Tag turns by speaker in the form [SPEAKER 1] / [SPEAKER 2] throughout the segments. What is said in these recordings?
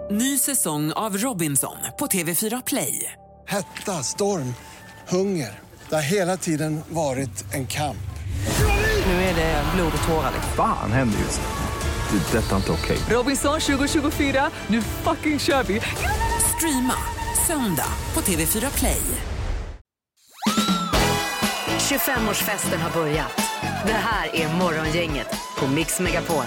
[SPEAKER 1] Ny säsong av Robinson på TV4 Play.
[SPEAKER 2] Hetta, storm, hunger. Det har hela tiden varit en kamp.
[SPEAKER 1] Nu är det blod och tårar.
[SPEAKER 3] Fan händer just nu. Det. Detta är inte okej.
[SPEAKER 1] Robinson 2024, nu fucking kör vi. Streama söndag på TV4 Play.
[SPEAKER 4] 25-årsfesten har börjat. Det här är Morgongänget på Mix Megapol.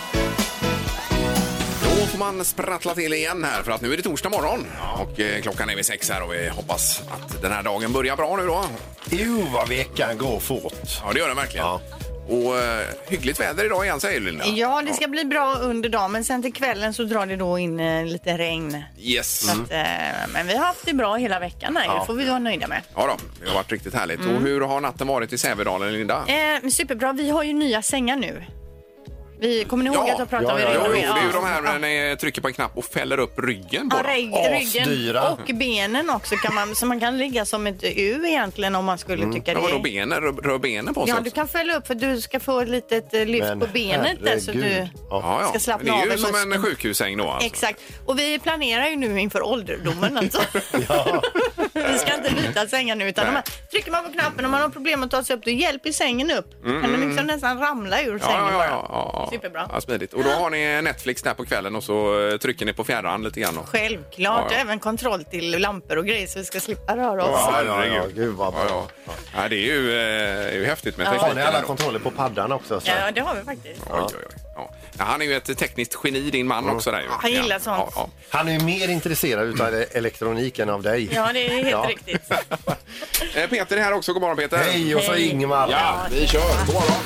[SPEAKER 5] Då får man sprattla till igen här för att nu är det torsdag morgon och klockan är vid 6 här och vi hoppas att den här dagen börjar bra nu då.
[SPEAKER 6] Vad veckan går fort.
[SPEAKER 5] Ja, det gör den verkligen. Ja. Och hyggligt väder idag igen, säger Linda.
[SPEAKER 7] Ja, det ska bli bra under dagen, men sen till kvällen så drar det då in lite regn.
[SPEAKER 5] Yes.
[SPEAKER 7] Så att, men vi har haft det bra hela veckan här, det får vi vara nöjda med.
[SPEAKER 5] Ja då, det har varit riktigt härligt. Och hur har natten varit i Sävedalen, Linda?
[SPEAKER 7] Superbra, vi har ju nya sängar nu. Vi kommer ni ihåg att jag pratade om
[SPEAKER 5] det är ju de här när ni trycker på en knapp och fäller upp ryggen på
[SPEAKER 7] ryggen och benen också kan man, så man kan ligga som ett U egentligen om man skulle tycka det.
[SPEAKER 5] Men vadå benen? Rör benen på sig?
[SPEAKER 7] Ja, du kan fälla upp för du ska få ett litet lyft på benet där så du ska slappna av.
[SPEAKER 5] Det är ju som en sjukhussäng då alltså.
[SPEAKER 7] Exakt. Och vi planerar ju nu inför ålderdomen alltså. Vi ska inte byta sängar nu utan trycker man på knappen och man har problem att ta sig upp, då hjälper sängen upp. Kan du liksom nästan ramla ur sängen bara. Superbra.
[SPEAKER 5] Ja, smidigt. Och då har ni Netflix där på kvällen och så trycker ni på fjärran lite grann.
[SPEAKER 7] Självklart, även kontroll till lampor och grejer så vi ska slippa röra oss.
[SPEAKER 6] Ja, gud vad bra.
[SPEAKER 5] Ja, det är ju häftigt med
[SPEAKER 6] tekniken. Har ni alla kontroller på paddan också? Så?
[SPEAKER 7] Ja, det har vi faktiskt.
[SPEAKER 5] Oj. Ja, han är ju ett tekniskt geni, din man också där ju.
[SPEAKER 7] Han gillar sånt.
[SPEAKER 5] Ja.
[SPEAKER 6] Han är ju mer intresserad av elektroniken av dig.
[SPEAKER 7] Ja, det är helt riktigt.
[SPEAKER 5] Peter är här också. God morgon, Peter.
[SPEAKER 6] Hej, och så Ingemar.
[SPEAKER 5] Ja, vi kör. God morgon.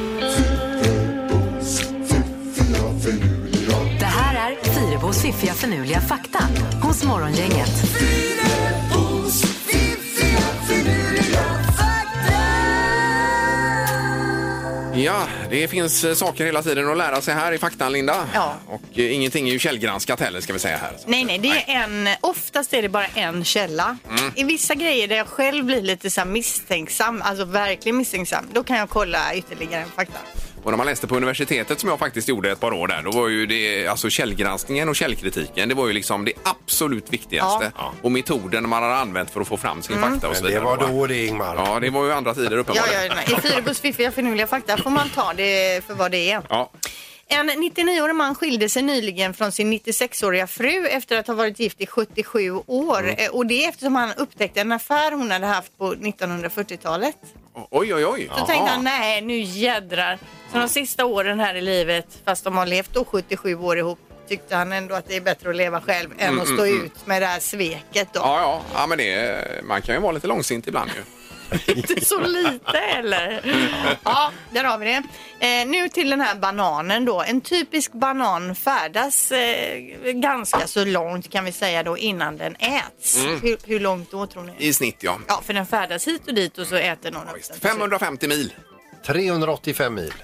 [SPEAKER 4] Det här är Fyrebos fiffiga förnuliga fakta hos Morgongänget.
[SPEAKER 5] Ja, det finns saker hela tiden att lära sig här i faktan, Linda.
[SPEAKER 7] Ja.
[SPEAKER 5] Och ingenting är ju källgranskat heller, ska vi säga här.
[SPEAKER 7] Nej, det är oftast är det bara en källa. I vissa grejer där jag själv blir lite så här misstänksam, alltså verkligen misstänksam, då kan jag kolla ytterligare en fakta.
[SPEAKER 5] Och när man läste på universitetet som jag faktiskt gjorde ett par år där, då var ju det, alltså källgranskningen och källkritiken, det var ju liksom det absolut viktigaste. Ja. Och metoden man har använt för att få fram sin fakta och så vidare.
[SPEAKER 6] Det var då det, Ingmar.
[SPEAKER 5] Ja, det var ju andra tider uppenbarligen.
[SPEAKER 7] I Fyrebos fiffiga förnuliga fakta får man ta det för vad det är.
[SPEAKER 5] Ja.
[SPEAKER 7] En 99-årig man skilde sig nyligen från sin 96-åriga fru efter att ha varit gift i 77 år. Och det är eftersom han upptäckte en affär hon hade haft på 1940-talet.
[SPEAKER 5] Oj.
[SPEAKER 7] Så tänkte han, nej nu jädrar. Så de sista åren här i livet, fast de har levt då 77 år ihop, tyckte han ändå att det är bättre att leva själv än att stå ut med det här sveket då.
[SPEAKER 5] Ja, men man kan ju vara lite långsint ibland ju.
[SPEAKER 7] Inte så lite eller? Ja, där har vi det. Nu till den här bananen då. En typisk banan färdas ganska så långt kan vi säga då innan den äts. Hur långt då tror ni?
[SPEAKER 5] I snitt, ja.
[SPEAKER 7] Ja, för den färdas hit och dit och så äter någon upp den.
[SPEAKER 5] 550 mil.
[SPEAKER 6] 385 mil.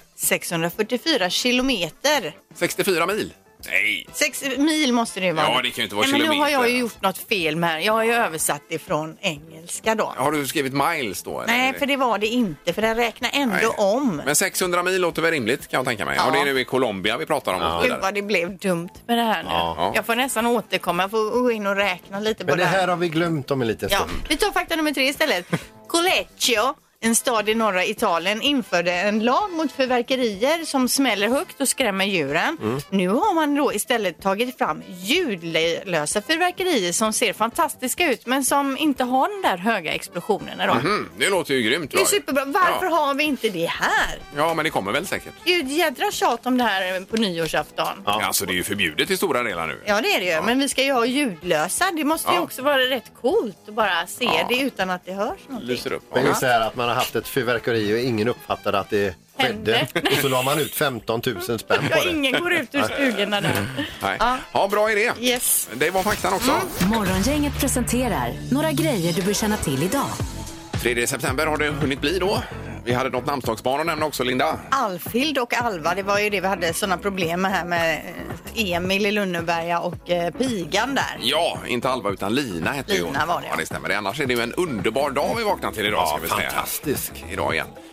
[SPEAKER 7] 644 kilometer.
[SPEAKER 5] 64 mil. Nej.
[SPEAKER 7] 6 mil måste det vara.
[SPEAKER 5] Ja, det kan ju inte vara
[SPEAKER 7] kilometer. Men nu har jag ju gjort något fel med. Jag har ju översatt det från engelska då.
[SPEAKER 5] Har du skrivit miles då? Eller?
[SPEAKER 7] Nej, för det var det inte. För den räknar ändå om.
[SPEAKER 5] Men 600 mil låter väl rimligt kan jag tänka mig. Ja. Och det är nu i Colombia vi pratar om.
[SPEAKER 7] Ja. Gud vad det blev dumt med det här nu. Ja. Jag får nästan återkomma. Jag får gå in och räkna lite på
[SPEAKER 6] det här har vi glömt om en liten stund.
[SPEAKER 7] Vi tar fakta nummer 3 istället. Collecchio, en stad i norra Italien, införde en lag mot fyrverkerier som smäller högt och skrämmer djuren. Nu har man då istället tagit fram ljudlösa fyrverkerier som ser fantastiska ut men som inte har den där höga explosionerna då.
[SPEAKER 5] Det låter ju grymt.
[SPEAKER 7] Det är superbra. Varför har vi inte det här?
[SPEAKER 5] Ja, men det kommer väl säkert.
[SPEAKER 7] Gud, jädra tjat om det här på nyårsafton.
[SPEAKER 5] Ja, alltså det är ju förbjudet i stora delar nu.
[SPEAKER 7] Ja, det är det ju. Men vi ska ju ha ljudlösa. Det måste ju också vara rätt coolt att bara se det utan att det hörs någonting.
[SPEAKER 5] Lyser upp.
[SPEAKER 6] Men just så här att man har haft ett fyrverkeri och ingen uppfattade att det skedde. Och så la man ut 15 000 spänn på det.
[SPEAKER 7] Ingen går ut ur stugorna där.
[SPEAKER 5] Nej. Ja, bra idé.
[SPEAKER 7] Yes.
[SPEAKER 5] Det var faktan också.
[SPEAKER 4] Morgongänget presenterar några grejer du bör känna till idag.
[SPEAKER 5] 3 september har det hunnit bli då. Vi hade något namnsdagsbarn att nämna också, Linda.
[SPEAKER 7] Alfhild och Alva, det var ju det vi hade sådana problem med här med Emil i Lönneberga och pigan där.
[SPEAKER 5] Ja, inte Alva utan Lina hette
[SPEAKER 7] Lina var det.
[SPEAKER 5] Ja, det stämmer. Annars är det ju en underbar dag vi vaknar till idag, ska vi säga.
[SPEAKER 6] Fantastisk.
[SPEAKER 5] Idag igen.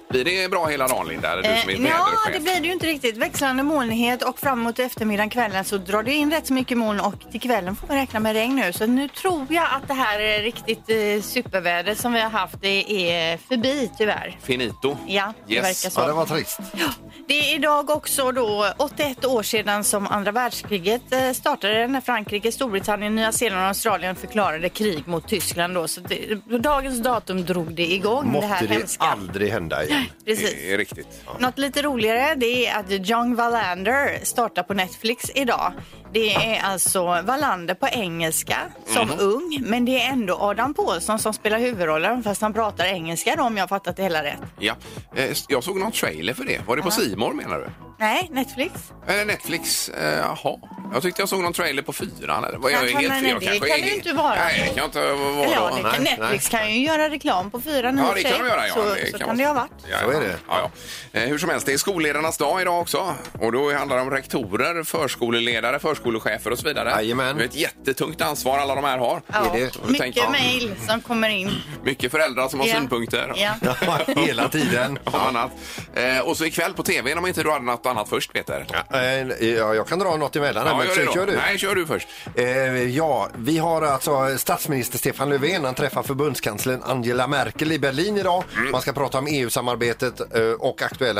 [SPEAKER 5] Blir det bra hela dagen, Linda? Du som är
[SPEAKER 7] Ja,
[SPEAKER 5] väderchef.
[SPEAKER 7] det blir det ju inte riktigt. Växlande molnighet och framåt eftermiddagen, kvällen så drar det in rätt så mycket moln och till kvällen får vi räkna med regn nu. Så nu tror jag att det här är riktigt superväder som vi har haft. Det är förbi tyvärr.
[SPEAKER 5] Finito.
[SPEAKER 7] Ja, det
[SPEAKER 5] Yes.
[SPEAKER 7] verkar så.
[SPEAKER 6] Ja, det var trist.
[SPEAKER 7] Det är idag också då 81 år sedan som andra världskriget startade när Frankrike, Storbritannien, Nya Zeeland och Australien förklarade krig mot Tyskland då. Så på dagens datum drog det igång det här
[SPEAKER 6] Måtte det
[SPEAKER 7] hemska.
[SPEAKER 6] aldrig hända igen.
[SPEAKER 7] Precis.
[SPEAKER 5] Det är riktigt.
[SPEAKER 7] Något lite roligare det är att John Wallander startar på Netflix idag. Det är alltså Wallander på engelska som ung, men det är ändå Adam Pålsson som spelar huvudrollen fast han pratar engelska då, om jag har fattat det hela rätt.
[SPEAKER 5] Ja. Jag såg någon trailer för det. Var det på C More menar du?
[SPEAKER 7] Nej, Netflix.
[SPEAKER 5] Eller Netflix, jaha. Jag tyckte jag såg någon trailer på 4. Eller? Var jag
[SPEAKER 7] Nej,
[SPEAKER 5] helt
[SPEAKER 7] nej,
[SPEAKER 5] fel?
[SPEAKER 7] det
[SPEAKER 5] Kanske
[SPEAKER 7] kan det ju inte vara.
[SPEAKER 5] Nej, det kan inte vara.
[SPEAKER 7] Eller ja,
[SPEAKER 5] då.
[SPEAKER 7] Netflix kan ju göra reklam på 4 nu.
[SPEAKER 5] Ja, det kan de göra. Ja.
[SPEAKER 7] Så kan det ha varit.
[SPEAKER 5] Ja,
[SPEAKER 6] Så är det.
[SPEAKER 5] Ja, ja. Hur som helst, det är skolledarnas dag idag också. Och då handlar det om rektorer, förskoleledare, förskolechefer och så vidare.
[SPEAKER 6] Jajamän.
[SPEAKER 5] Det är ett jättetungt ansvar alla de här har.
[SPEAKER 7] Ja,
[SPEAKER 6] Är det?
[SPEAKER 7] mycket mejl som kommer in.
[SPEAKER 5] Mycket föräldrar som har
[SPEAKER 7] Ja.
[SPEAKER 5] synpunkter.
[SPEAKER 7] Ja.
[SPEAKER 6] Hela tiden.
[SPEAKER 5] Och annat. Och så ikväll på tv, om inte du hade något annat först, Peter.
[SPEAKER 6] Ja, jag kan dra något emellan.
[SPEAKER 5] Ja,
[SPEAKER 6] men
[SPEAKER 5] gör det då.
[SPEAKER 6] kör du.
[SPEAKER 5] Nej, kör du först.
[SPEAKER 6] Ja, vi har alltså statsminister Stefan Löfven. Han träffar förbundskanslern Angela Merkel i Berlin idag. Man ska prata om EU-samarbetet och aktuella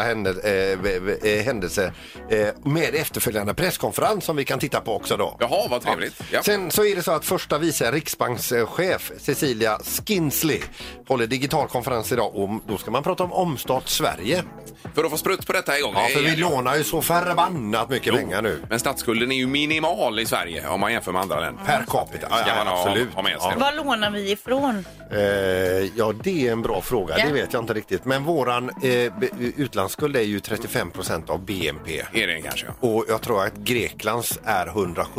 [SPEAKER 6] händelser med efterföljande presskonferens som vi kan titta på också då.
[SPEAKER 5] Jaha, vad trevligt. Ja.
[SPEAKER 6] Sen så är det så att första vice riksbankschef Cecilia Skinsley håller digital konferens idag och då ska man prata om omstart Sverige.
[SPEAKER 5] För att få sprutt på detta igång.
[SPEAKER 6] Ja, för vi lånar ju så förbannat mycket pengar nu.
[SPEAKER 5] Men statsskulden är ju minimal i Sverige om man jämför med andra länder.
[SPEAKER 6] Per capita.
[SPEAKER 5] Ska man
[SPEAKER 6] absolut.
[SPEAKER 5] ha med sig.
[SPEAKER 7] Var lånar vi ifrån?
[SPEAKER 6] Ja, det är en bra fråga.
[SPEAKER 7] Ja.
[SPEAKER 6] Det vet jag inte riktigt. Men våran utlandsskuld är ju 35% av BNP.
[SPEAKER 5] Är det kanske?
[SPEAKER 6] Och jag tror att Greklands är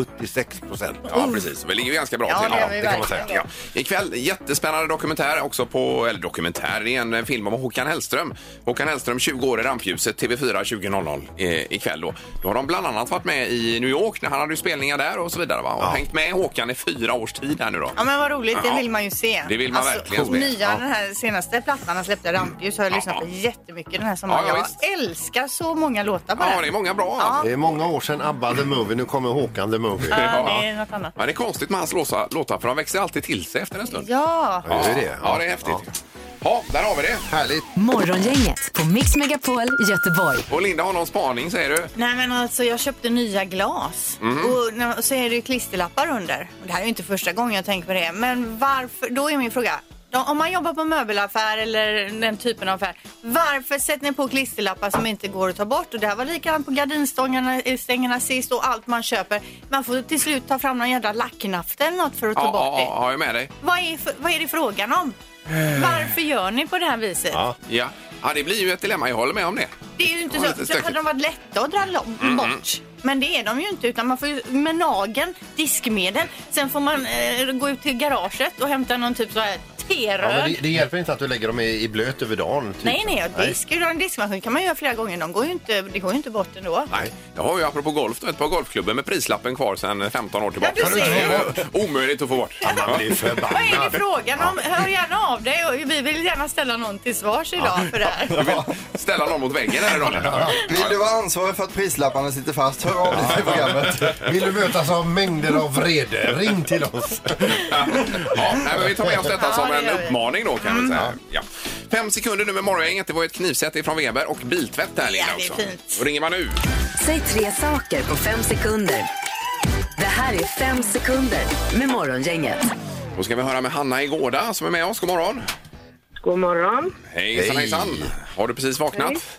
[SPEAKER 6] 176%.
[SPEAKER 5] Ja, precis. Vi ligger ganska bra
[SPEAKER 7] Ja,
[SPEAKER 5] till.
[SPEAKER 7] det gör vi
[SPEAKER 5] kan man säga.
[SPEAKER 7] verkligen.
[SPEAKER 5] Ja. Ikväll, jättespännande dokumentär också på, eller dokumentär, det är en film om Håkan Hellström. Håkan Hellström, 20 år i rampljuset, TV4 20.00 ikväll då. Då har de bland annat varit med i New York när han hade spelningar där och så vidare, va? Och hängt med Håkan i 4 års tid här nu då.
[SPEAKER 7] Ja, men vad roligt, det
[SPEAKER 5] Ja.
[SPEAKER 7] vill man ju se.
[SPEAKER 5] Det vill man verkligen se.
[SPEAKER 7] Nya, den här senaste plattan han släppte, Rampljus, har jag lyssnat på jättemycket den här sommaren.
[SPEAKER 5] Ja,
[SPEAKER 7] Jag
[SPEAKER 5] visst.
[SPEAKER 7] älskar så många låtar på
[SPEAKER 5] Ja,
[SPEAKER 7] den.
[SPEAKER 5] det är många bra.
[SPEAKER 7] Ja.
[SPEAKER 6] Det är många år sedan ABBA the Movie, nu kommer Håkan the Movie.
[SPEAKER 7] Ja, det är något annat.
[SPEAKER 5] Ja, det är konstigt med hans låtar för de växer alltid till sig efter en stund.
[SPEAKER 7] Ja.
[SPEAKER 6] Ja, det är det.
[SPEAKER 5] Ja, det är häftigt. Ja, där har vi det.
[SPEAKER 6] Härligt.
[SPEAKER 4] Morgongänget på Mix Megapol Göteborg.
[SPEAKER 5] Och Linda har någon spaning, säger du?
[SPEAKER 7] Nej, men alltså jag köpte nya glas och så är det ju klisterlappar under. Och det här är ju inte första gången jag tänker på det. Men varför, då är min fråga. Om man jobbar på möbelaffär eller den typen av affär, varför sätter ni på klisterlappar som inte går att ta bort? Och det här var likadant på gardinstängerna sist och allt man köper. Man får till slut ta fram någon jävla lacknaft eller något för att ta bort det.
[SPEAKER 5] Ja, har jag med dig.
[SPEAKER 7] Vad är det frågan om? Varför gör ni på det här viset?
[SPEAKER 5] Ja, det blir ju ett dilemma. Jag håller med om det.
[SPEAKER 7] Det är ju inte
[SPEAKER 5] Ja, lite
[SPEAKER 7] så.
[SPEAKER 5] stökigt.
[SPEAKER 7] Hade de varit lätta att dra bort. Men det är de ju inte, utan man får ju med nageln, diskmedel. Sen får man gå ut till garaget och hämta någon typ så här teröd.
[SPEAKER 6] Ja, men det hjälper inte att du lägger dem i blöt över dagen. Typ.
[SPEAKER 7] Nej, disk. En diskmaskin kan man göra flera gånger. Det går ju inte bort ändå.
[SPEAKER 5] Nej, jag har ju apropå golf då, ett par golfklubbar med prislappen kvar sedan 15 år tillbaka.
[SPEAKER 7] Ja, du ser.
[SPEAKER 5] Det är ju omöjligt att få bort.
[SPEAKER 6] Man blir förbannad.
[SPEAKER 7] Vad är det frågan om? Hör gärna av dig. Och vi vill gärna ställa någon till svars idag för det här.
[SPEAKER 5] Du vill ställa någon mot väggen här idag.
[SPEAKER 8] Vill du vara ansvarig för att prislapparna sitter fast? Hör av dig till programmet.
[SPEAKER 6] Vill du mötas av mängder av vrede? Ring till oss.
[SPEAKER 5] Ja, nej, men vi tar med oss detta som
[SPEAKER 7] det
[SPEAKER 5] en
[SPEAKER 7] gör vi.
[SPEAKER 5] uppmaning då, kan vi säga. Ja. 5 sekunder nu med morgongänget. Det var ett knivsätt ifrån Weber och biltvätt där, Linda,
[SPEAKER 7] Ja, det är
[SPEAKER 5] också.
[SPEAKER 7] fint.
[SPEAKER 5] Då ringer man nu.
[SPEAKER 4] Säg 3 saker på 5 sekunder. Det här är 5 sekunder med Morgongänget.
[SPEAKER 5] Då ska vi höra med Hanna i Gårda som är med oss. God morgon.
[SPEAKER 9] God morgon.
[SPEAKER 5] Hejsan,
[SPEAKER 6] Hej.
[SPEAKER 5] Hejsan. Har du precis vaknat?
[SPEAKER 9] Hej.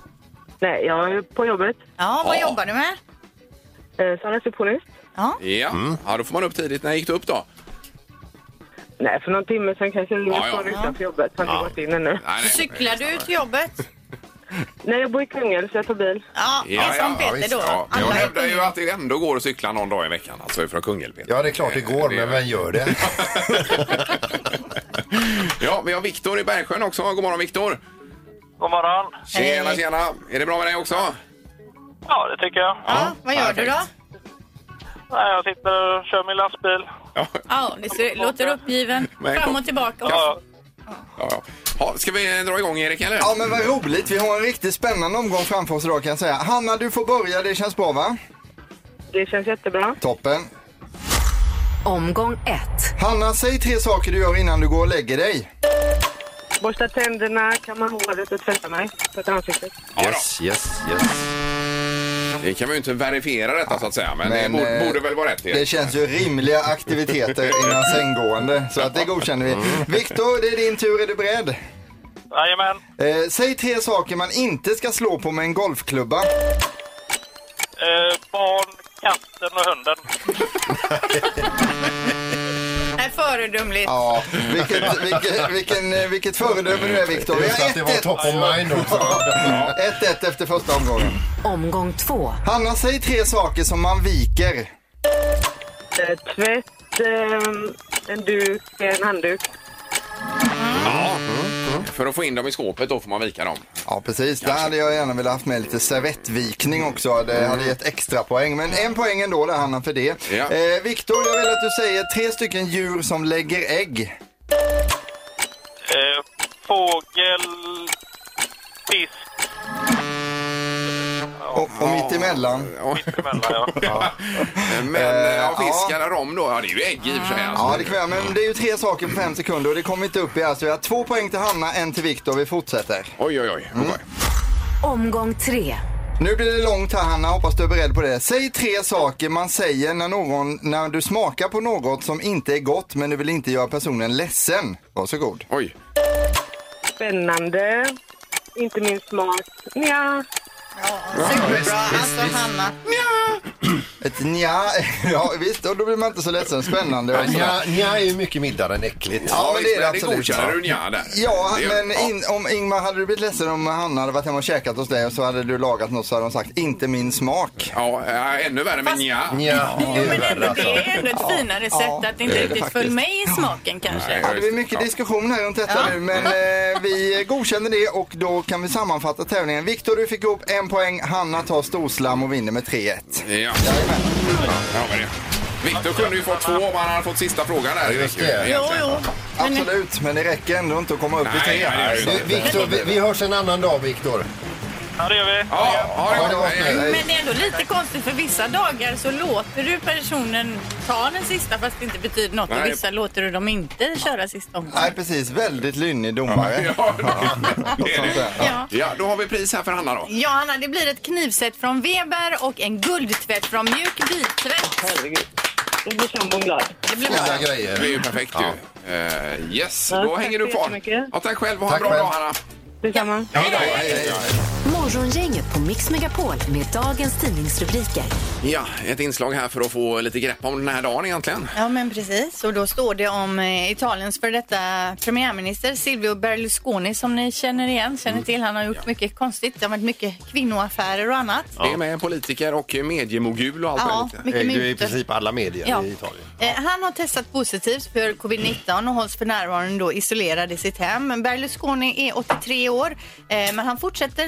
[SPEAKER 9] Nej, jag är på jobbet.
[SPEAKER 7] Ja, vad
[SPEAKER 5] Ja.
[SPEAKER 7] jobbar du med?
[SPEAKER 9] Som receptionist.
[SPEAKER 7] Ja.
[SPEAKER 5] Ja. Ja, då får man upp tidigt. När gick du upp då?
[SPEAKER 9] Nej, för någon timme sedan kanske jag
[SPEAKER 5] Ja,
[SPEAKER 9] ringer på
[SPEAKER 5] ja.
[SPEAKER 9] utanför jobbet. Har inte gått in ännu.
[SPEAKER 5] Nej.
[SPEAKER 7] Cyklar du till jobbet?
[SPEAKER 9] Nej, jag bor i Kungälv så jag tar bil.
[SPEAKER 7] Ja, det är som Peter
[SPEAKER 6] visst.
[SPEAKER 7] då.
[SPEAKER 5] Ja, jag
[SPEAKER 7] Alla är
[SPEAKER 5] hävdar ju att det ändå går att cykla någon dag i veckan, alltså från Kungälv. Peter.
[SPEAKER 6] Ja, det är klart det går, men vem gör det?
[SPEAKER 5] Ja, vi har Viktor i Bergsjön också. God morgon, Viktor.
[SPEAKER 10] God morgon.
[SPEAKER 5] Tjena,
[SPEAKER 7] Hej.
[SPEAKER 5] tjena. Är det bra med dig också?
[SPEAKER 10] Ja, det tycker jag.
[SPEAKER 7] Ja, vad gör du då?
[SPEAKER 10] Nej, jag sitter och kör min lastbil.
[SPEAKER 5] Ja.
[SPEAKER 7] Ja, det låter uppgiven.
[SPEAKER 5] Men
[SPEAKER 7] Fram
[SPEAKER 5] kom-
[SPEAKER 7] och tillbaka.
[SPEAKER 10] Ja,
[SPEAKER 5] Ja. Ja, ska vi dra igång, Erik, eller?
[SPEAKER 8] Ja, men vad roligt. Vi har en riktigt spännande omgång framför oss idag, kan jag säga. Hanna, du får börja. Det känns bra, va?
[SPEAKER 9] Det känns jättebra.
[SPEAKER 8] Toppen.
[SPEAKER 4] Omgång 1.
[SPEAKER 8] Hanna, säg 3 saker du gör innan du går och lägger dig.
[SPEAKER 9] Borsta tänderna, kamma håret och tvätta mig på ansiktet.
[SPEAKER 6] Yes.
[SPEAKER 5] Det kan vi ju inte verifiera detta så att säga, men det borde väl vara rätt.
[SPEAKER 8] Det känns ju rimliga aktiviteter innan sänggående, så att det godkänner vi. Viktor, det är din tur. Är du beredd?
[SPEAKER 10] Jajamän.
[SPEAKER 8] Säg 3 saker man inte ska slå på med en golfklubba.
[SPEAKER 10] Barn, katten och hunden.
[SPEAKER 7] Det är föredömligt.
[SPEAKER 8] Ja, vilket föredöme du är, Viktor. Vi har 1-1.
[SPEAKER 6] Det var top of mind också.
[SPEAKER 8] 1-1 efter första omgången.
[SPEAKER 4] Omgång 2.
[SPEAKER 8] Hanna, säg 3 saker som man viker.
[SPEAKER 9] Tvätt, en duk, en handduk.
[SPEAKER 5] För att få in dem i skåpet då får man vika dem.
[SPEAKER 8] Ja, precis. Där hade jag gärna velat haft med lite servettvikning också. Det hade gett extra poäng. Men 1 poäng ändå där, Hanna, för det.
[SPEAKER 5] Ja.
[SPEAKER 8] Viktor, jag vill att du säger 3 stycken djur som lägger ägg.
[SPEAKER 10] Fågel, fisk.
[SPEAKER 8] Och mitt emellan.
[SPEAKER 5] Men fiskar de då? Ja, det är ju ägg i och för sig. Alltså.
[SPEAKER 8] Ja, det kan jag. Men det är ju 3 saker på 5 sekunder och det kommer inte upp i här. Så jag har 2 poäng till Hanna, 1 till Viktor. Vi fortsätter.
[SPEAKER 5] Oj.
[SPEAKER 4] Omgång 3.
[SPEAKER 8] Nu blir det långt här, Hanna. Hoppas du är beredd på det. Säg 3 saker man säger när du smakar på något som inte är gott, men du vill inte göra personen ledsen. Varsågod.
[SPEAKER 5] Oj.
[SPEAKER 9] Spännande. Inte min smak. Nja.
[SPEAKER 7] Ja, superbra. Alltså, Hanna.
[SPEAKER 8] Ett nja. Ja, visst. Och då blir man inte så ledsen. Spännande.
[SPEAKER 6] Nja är ju mycket mildare än äckligt.
[SPEAKER 8] Ja, men det är det
[SPEAKER 5] Det
[SPEAKER 8] absolut.
[SPEAKER 5] godkänner du nja där.
[SPEAKER 8] Ja,
[SPEAKER 5] Det-
[SPEAKER 8] men om Ingmar, hade du blivit ledsen om Hanna hade varit hemma och käkat hos dig och så hade du lagat något så hade de sagt inte min smak.
[SPEAKER 5] Ja, ännu värre med nja.
[SPEAKER 6] Nja,
[SPEAKER 7] Jo, men ändå, det är ändå ett finare sätt att inte riktigt
[SPEAKER 8] faktiskt.
[SPEAKER 7] följa med i smaken kanske.
[SPEAKER 8] Ja, det blir mycket diskussion här runt detta nu, men vi godkänner det och då kan vi sammanfatta tävlingen. Viktor, du fick upp 1 poäng. Hanna tar storslam och vinner med 3-1.
[SPEAKER 5] Ja, men det. Viktor kunde ju få 2 om han hade fått sista frågan där.
[SPEAKER 6] just det.
[SPEAKER 7] Jo.
[SPEAKER 8] Absolut, men det räcker ändå inte att komma upp i 3.
[SPEAKER 6] Viktor, vi hörs en annan dag, Viktor.
[SPEAKER 10] Ja, det gör vi.
[SPEAKER 5] Ja, det var
[SPEAKER 7] Men det är ändå lite konstigt, för vissa dagar så låter du personen ta den sista fast det inte betyder något. Och vissa låter du dem inte köra sista omgången.
[SPEAKER 8] Nej, precis. Väldigt lynnig domare.
[SPEAKER 5] det är det. Ja, då har vi pris här för Hanna då.
[SPEAKER 7] Ja, Hanna, det blir ett knivset från Weber och en guldtvätt från Mjuk Biltvätt.
[SPEAKER 9] Herregud. Jag blir sambon glad.
[SPEAKER 7] Det blir bra.
[SPEAKER 6] Fina grejer.
[SPEAKER 5] Det är ju perfekt ju. Yes,
[SPEAKER 9] Ja,
[SPEAKER 5] då
[SPEAKER 9] tack
[SPEAKER 5] hänger du
[SPEAKER 9] så
[SPEAKER 5] kvar.
[SPEAKER 9] jättemycket.
[SPEAKER 5] Ja, tack själv. Ha en
[SPEAKER 6] Tack
[SPEAKER 5] bra
[SPEAKER 6] själv.
[SPEAKER 5] dag, Hanna.
[SPEAKER 9] Detsamma.
[SPEAKER 4] Morgongänget på Mix Megapol med dagens tidningsrubriker.
[SPEAKER 5] Ja, ett inslag här för att få lite grepp om den här dagen egentligen.
[SPEAKER 7] Ja, men precis. Och då står det om Italiens för detta premiärminister Silvio Berlusconi som ni känner till. Han har gjort mycket konstigt. Det har varit mycket kvinnoaffärer och annat.
[SPEAKER 5] Det är med politiker och mediemogul och allt möjligt.
[SPEAKER 7] mycket
[SPEAKER 6] Det är i
[SPEAKER 7] mutor.
[SPEAKER 6] princip alla medier
[SPEAKER 7] Ja.
[SPEAKER 6] i Italien.
[SPEAKER 7] Han har testat positivt för covid-19 och hålls för närvarande då isolerad i sitt hem. Berlusconi är 83 år, men han fortsätter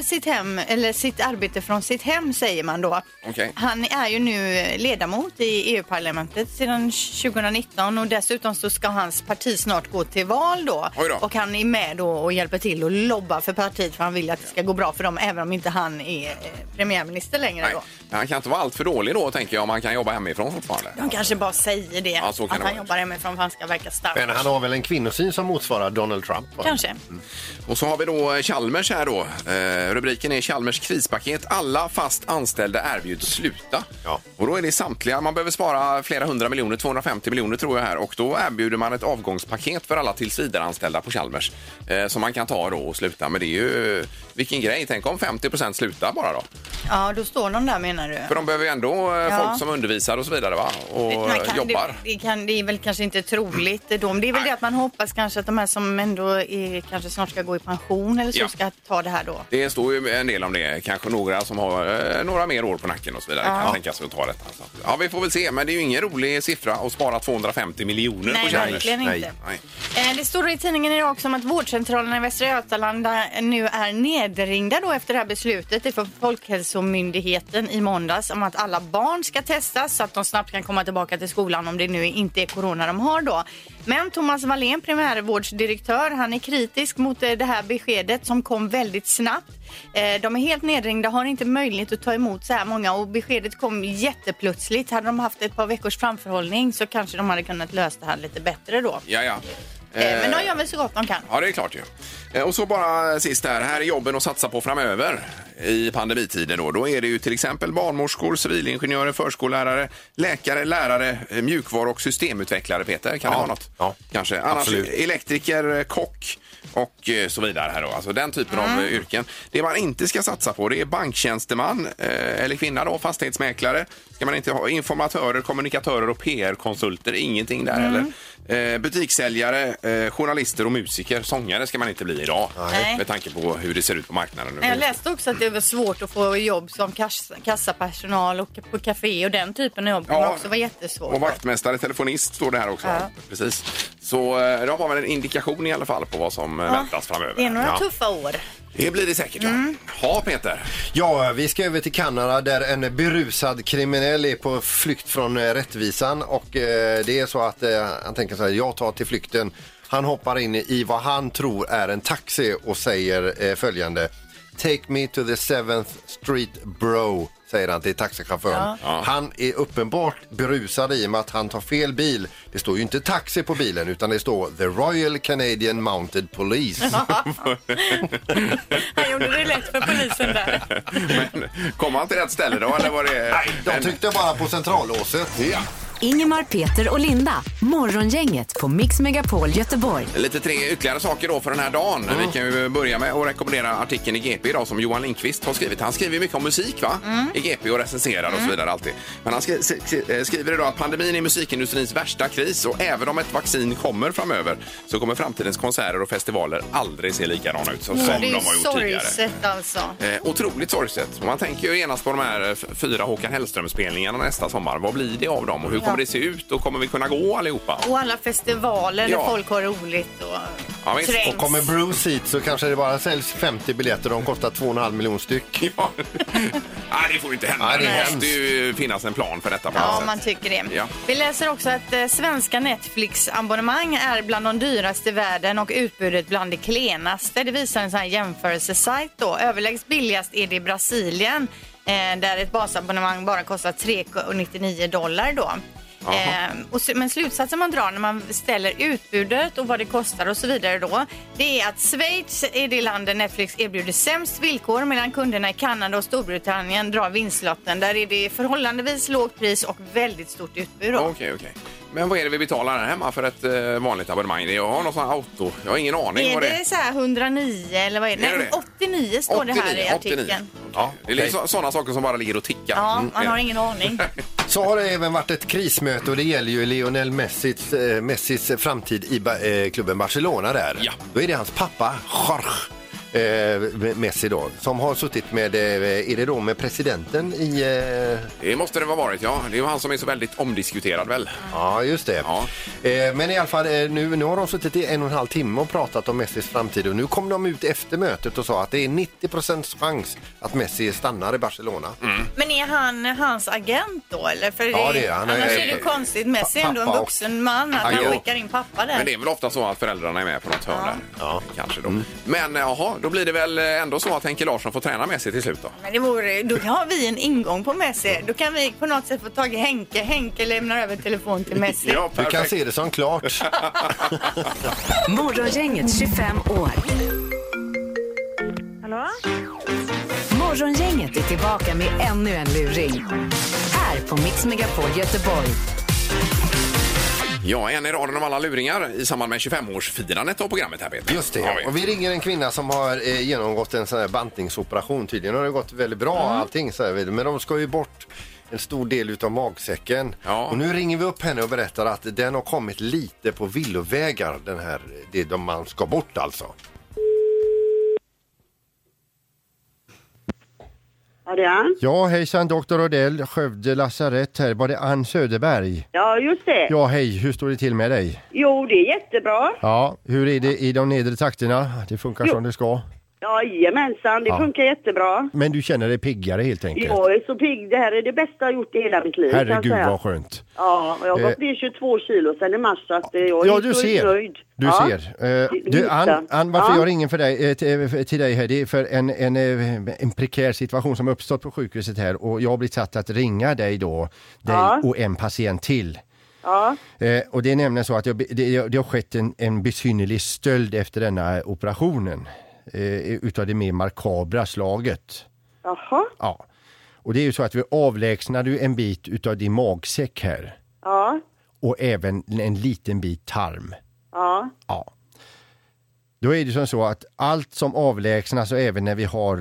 [SPEAKER 7] sitt arbete från sitt hem, säger man då.
[SPEAKER 5] Okej.
[SPEAKER 7] Han är ju nu ledamot i EU-parlamentet sedan 2019 och dessutom så ska hans parti snart gå till val då.
[SPEAKER 5] Oj då.
[SPEAKER 7] Och han är med då och hjälper till och lobbar för partiet för han vill att det ska gå bra för dem även om inte han är premiärminister längre
[SPEAKER 5] Nej,
[SPEAKER 7] då.
[SPEAKER 5] han kan inte vara allt för dålig då, tänker jag, om han kan jobba hemifrån fortfarande.
[SPEAKER 7] De kanske bara säger det,
[SPEAKER 5] Ja, så kan
[SPEAKER 7] att
[SPEAKER 5] det
[SPEAKER 7] han
[SPEAKER 5] vara.
[SPEAKER 7] jobbar hemifrån för han ska verka stark.
[SPEAKER 6] Men han har väl en kvinnosyn som motsvarar Donald Trump? Va?
[SPEAKER 7] Kanske.
[SPEAKER 5] Och så har vi då Chalmers här då. Rubriken är Chalmers krispaket. Alla fast anställda erbjuds sluta.
[SPEAKER 6] Ja.
[SPEAKER 5] Och då är det samtliga. Man behöver spara flera 100 miljoner, 250 miljoner tror jag här. Och då erbjuder man ett avgångspaket för alla tillsvidareanställda på Chalmers. Som man kan ta då och sluta. Men det är ju, vilken grej. Tänk om 50% slutar bara då.
[SPEAKER 7] Ja, då står de där menar du.
[SPEAKER 5] För de behöver ju ändå folk som undervisar och så vidare va? Och jobbar.
[SPEAKER 7] Det är väl kanske inte troligt. Det är väl det att man hoppas kanske att de här som ändå kanske snart ska gå i pension eller så ska ta det här då.
[SPEAKER 5] Det står ju en del om det. Kanske några som har några mer år på nacken och så vidare kan tänka sig att ta detta. Så, ja, vi får väl se. Men det är ju ingen rolig siffra att spara 250 miljoner på
[SPEAKER 7] Nej,
[SPEAKER 5] Chalmers.
[SPEAKER 7] verkligen inte.
[SPEAKER 5] Nej.
[SPEAKER 7] Det står i tidningen idag också om att vårdcentralerna i Västra Götaland nu är nedringda då efter det här beslutet. Det är för Folkhälsomyndigheten i måndags om att alla barn ska testas så att de snabbt kan komma tillbaka till skolan om det nu inte är corona de har då. Men Thomas Wallén, primärvårdsdirektör, han är kritisk mot det här beskedet som kom väldigt snabbt. De är helt nedringda, har inte möjlighet att ta emot så här många och beskedet kom jätteplötsligt. Hade de haft ett par veckors framförhållning så kanske de hade kunnat lösa det här lite bättre då.
[SPEAKER 5] Ja.
[SPEAKER 7] Men de gör väl så gott de kan.
[SPEAKER 5] Ja, det är klart ju. Och så bara sist här är jobben att satsa på framöver i pandemitider då. Då är det ju till exempel barnmorskor, civilingenjörer, förskollärare, läkare, lärare, mjukvar- och systemutvecklare, Peter. Kan det vara något?
[SPEAKER 6] Ja,
[SPEAKER 5] kanske. Annars
[SPEAKER 6] absolut.
[SPEAKER 5] Elektriker, kock och så vidare här då. Alltså den typen av yrken. Det man inte ska satsa på, det är banktjänsteman eller kvinna då, fastighetsmäklare. Ska man inte ha informatörer, kommunikatörer och PR-konsulter, ingenting där heller. Butikssäljare, journalister och musiker, sångare ska man inte bli idag.
[SPEAKER 7] Nej.
[SPEAKER 5] Med tanke på hur det ser ut på marknaden nu.
[SPEAKER 7] Jag läste också att det var svårt att få jobb som kassapersonal och på café och den typen av jobb kommer också vara jättesvårt.
[SPEAKER 5] Och vaktmästare, telefonist står det här också.
[SPEAKER 7] Ja.
[SPEAKER 5] Precis. Så då har man en indikation i alla fall på vad som väntas framöver.
[SPEAKER 7] Det är några tuffa år.
[SPEAKER 5] Det blir det säkert, Ja, Peter.
[SPEAKER 6] Ja, vi ska över till Kanada där en berusad kriminell är på flykt från rättvisan och det är så att han tänker så här, jag tar till flykten. Han hoppar in i vad han tror är en taxi och säger följande: Take me to the 7th Street bro, säger han till taxichauffören.
[SPEAKER 5] Ja.
[SPEAKER 6] Han är uppenbart berusad i och med att han tar fel bil. Det står ju inte taxi på bilen utan det står The Royal Canadian Mounted Police.
[SPEAKER 7] Han gjorde det lätt för polisen där.
[SPEAKER 5] Men kom han till rätt ställe då? Eller var det...
[SPEAKER 6] Nej, de tryckte bara på centrallåset.
[SPEAKER 5] Ja.
[SPEAKER 4] Ingemar, Peter och Linda. Morgongänget på Mix Megapol Göteborg.
[SPEAKER 5] Lite tre ytterligare saker då för den här dagen. Vi kan ju börja med att rekommendera artikeln i GP idag som Johan Lindqvist har skrivit. Han skriver mycket om musik i GP och recenserar och så vidare alltid. Men han skriver idag att pandemin är musikindustrins värsta kris och även om ett vaccin kommer framöver så kommer framtidens konserter och festivaler aldrig se likadana ut som de har gjort tidigare.
[SPEAKER 7] Sorgset alltså.
[SPEAKER 5] Otroligt sorgset. Man tänker ju genast på de här 4 Håkan Hellström-spelningarna nästa sommar. Vad blir det av dem och hur kommer det se ut och kommer vi kunna gå allihopa?
[SPEAKER 7] Och alla festivaler där folk har roligt och trängs.
[SPEAKER 6] Och kommer Bruce hit så kanske det bara säljs 50 biljetter och de kostar 2,5 miljoner styck.
[SPEAKER 5] Ja. Nej, det får ju inte hända. Det måste ju finnas en plan för detta på något sätt.
[SPEAKER 7] Man tycker det.
[SPEAKER 5] Ja.
[SPEAKER 7] Vi läser också att svenska Netflix-abonnemang är bland de dyraste i världen och utbudet bland de klenaste. Det visar en sån här jämförelsesajt då. Överlägst billigast är det i Brasilien där ett basabonnemang bara kostar $3,99 då. Men slutsatsen man drar när man ställer utbudet och vad det kostar och så vidare då, det är att Schweiz är det land där Netflix erbjuder sämst villkor medan kunderna i Kanada och Storbritannien drar vinstlotten. Där är det förhållandevis lågt pris och väldigt stort utbud.
[SPEAKER 5] Okej. Men vad är det vi betalar här hemma för ett vanligt abonnemang? Jag har någon sån här auto. Jag har ingen aning vad det är.
[SPEAKER 7] Är det så här 109 eller vad är det? Nej, 89 står 89, det här i artikeln.
[SPEAKER 5] 89. Ja, det är sådana saker som bara ligger och tickar.
[SPEAKER 7] Ja, man har ingen aning.
[SPEAKER 6] Så har det även varit ett krismöte och det gäller ju Lionel Messis framtid i klubben Barcelona där. Ja. Då är det hans pappa, Jorge Messi då, som har suttit med, är det då med presidenten i...
[SPEAKER 5] Det måste det vara varit, ja. Det är ju han som är så väldigt omdiskuterad väl.
[SPEAKER 6] Ja, just det. Ja. Men i alla fall, nu har de suttit i 1,5 timme och pratat om Messis framtid och nu kom de ut efter mötet och sa att det är 90% chans att Messi stannar i Barcelona.
[SPEAKER 7] Men är han hans agent då? Eller? För
[SPEAKER 6] ja, det är han.
[SPEAKER 7] Annars är det konstigt. Messi är ändå en vuxen man att han skickar in pappa där.
[SPEAKER 5] Men det är väl ofta så att föräldrarna är med på något hörn där. Ja. Kanske då. Men jaha, då blir det väl ändå så att Henke Larsson får träna Messi till slut då?
[SPEAKER 7] Men då har vi en ingång på Messi. Då kan vi på något sätt få tag i Henke. Henke lämnar över telefon till Messi.
[SPEAKER 6] Ja, du kan se det som klart.
[SPEAKER 4] Morgongänget 25 år.
[SPEAKER 9] Hallå?
[SPEAKER 4] Morgongänget är tillbaka med ännu en luring. Här på Mix Megapol Göteborg.
[SPEAKER 5] Ja, en i raden av alla luringar i samband med 25-årsfirandet av programmet här, Peter.
[SPEAKER 6] Just det, och vi ringer en kvinna som har genomgått en sån här bantningsoperation. Tydligen har det gått väldigt bra allting så här, men de ska ju bort en stor del utav magsäcken. Ja. Och nu ringer vi upp henne och berättar att den har kommit lite på villovägar, den här, det man ska bort alltså.
[SPEAKER 9] Ja, det är han.
[SPEAKER 11] Ja, hejsan, doktor Odell, Skövde lasarett här. Var det Ann Söderberg?
[SPEAKER 9] Ja, just det.
[SPEAKER 11] Ja, hej. Hur står det till med dig?
[SPEAKER 9] Jo, det är jättebra.
[SPEAKER 11] Ja, hur är det i de nedre takterna? Det funkar som det ska.
[SPEAKER 12] Jajamensan, det funkar jättebra.
[SPEAKER 11] Men du känner dig piggare helt enkelt?
[SPEAKER 12] Jag är så pigg. Det här är det bästa jag gjort i hela mitt liv.
[SPEAKER 11] Herregud vad skönt.
[SPEAKER 12] Ja, jag har gått ner 22 kilo sedan i mars. Så att jag är
[SPEAKER 11] du ser.
[SPEAKER 12] nöjd.
[SPEAKER 11] Du ser. Du, Ann, varför jag ringer för dig, till dig här, det är för en prekär situation som uppstått på sjukhuset här. Och jag har blivit satt att ringa dig och en patient till.
[SPEAKER 12] Ja.
[SPEAKER 11] Och det är nämligen så att det har skett en besynnerlig stöld efter denna operationen. Utav det mer markabra slaget.
[SPEAKER 12] Jaha.
[SPEAKER 11] Ja. Och det är ju så att vi avlägsnade en bit utav din magsäck här.
[SPEAKER 12] Ja.
[SPEAKER 11] Och även en liten bit tarm.
[SPEAKER 12] Ja.
[SPEAKER 11] Ja. Då är det som så att allt som avlägsnas och även när vi har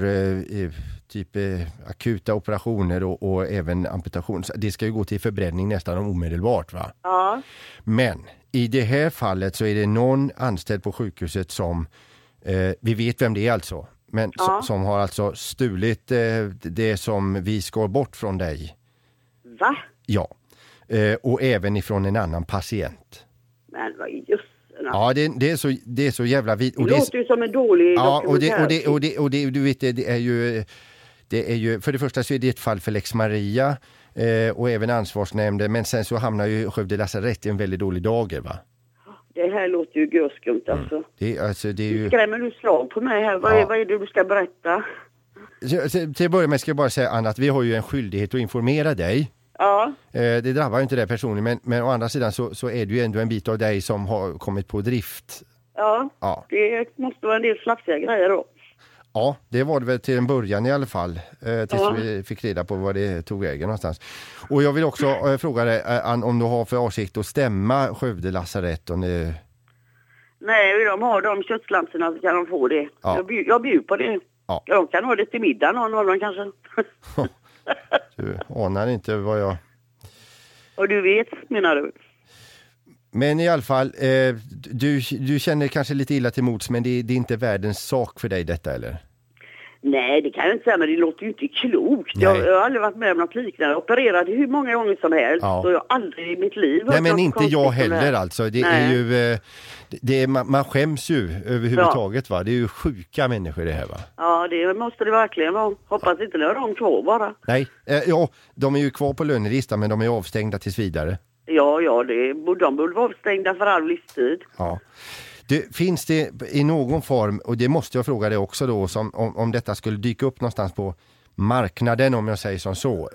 [SPEAKER 11] akuta operationer och även amputation, det ska ju gå till förbränning nästan omedelbart, va?
[SPEAKER 12] Ja.
[SPEAKER 11] Men i det här fallet så är det någon anställd på sjukhuset som vi vet vem det är alltså, men som har alltså stulit det som vi skar bort från dig.
[SPEAKER 12] Va?
[SPEAKER 11] Ja. Och även ifrån en annan patient.
[SPEAKER 12] Men vad just.
[SPEAKER 11] Ja, det är så jävla vitt.
[SPEAKER 12] Det låter ju som en dålig dokumentär.
[SPEAKER 11] Och det du vet, det är ju för det första så är det ett fall för Lex Maria och även ansvarsnämnden, men sen så hamnar ju Skövde lasarett i en väldigt dålig dager, va?
[SPEAKER 12] Det här låter ju görskumt alltså.
[SPEAKER 11] Det är ju...
[SPEAKER 12] Skrämmer du slag på mig här? Vad är det du ska berätta?
[SPEAKER 11] Till att börja med ska jag bara säga, Anna, att vi har ju en skyldighet att informera dig.
[SPEAKER 12] Ja.
[SPEAKER 11] Det drabbar ju inte det personligen, men å andra sidan så är det ju ändå en bit av dig som har kommit på drift.
[SPEAKER 12] Ja. Det måste vara en del slafsiga grejer då.
[SPEAKER 11] Ja, det var det väl till en början i alla fall. Tills vi fick reda på vad det tog vägen någonstans. Och jag vill också fråga dig, Ann, om du har för avsikt att stämma Skövde lasarett.
[SPEAKER 12] Nej, de har de köttslamsorna så kan de få det. Ja. Jag bjuder på det. Ja. De kan ha det till middag någon av dem kanske.
[SPEAKER 11] Du anar inte vad jag...
[SPEAKER 12] Och du vet, menar du?
[SPEAKER 11] Men i alla fall, du känner kanske lite illa till mots, men det är inte världens sak för dig detta, eller?
[SPEAKER 12] Nej, det kan jag inte säga, men det låter ju inte klokt. Jag har aldrig varit med om något liknande. Jag opererade hur många gånger som helst, så jag har aldrig i mitt liv...
[SPEAKER 11] Nej, men inte jag heller alltså. Det är ju... man skäms ju överhuvudtaget, va? Det är ju sjuka människor det här, va?
[SPEAKER 12] Ja, det måste det verkligen vara. Hoppas inte det är de kvar bara.
[SPEAKER 11] Nej, de är ju kvar på lönelistan, men de är avstängda tills vidare.
[SPEAKER 12] Ja, de borde vara avstängda för all livstid.
[SPEAKER 11] Ja. Finns det i någon form, och det måste jag fråga dig också då, som, om detta skulle dyka upp någonstans på marknaden, om jag säger som så.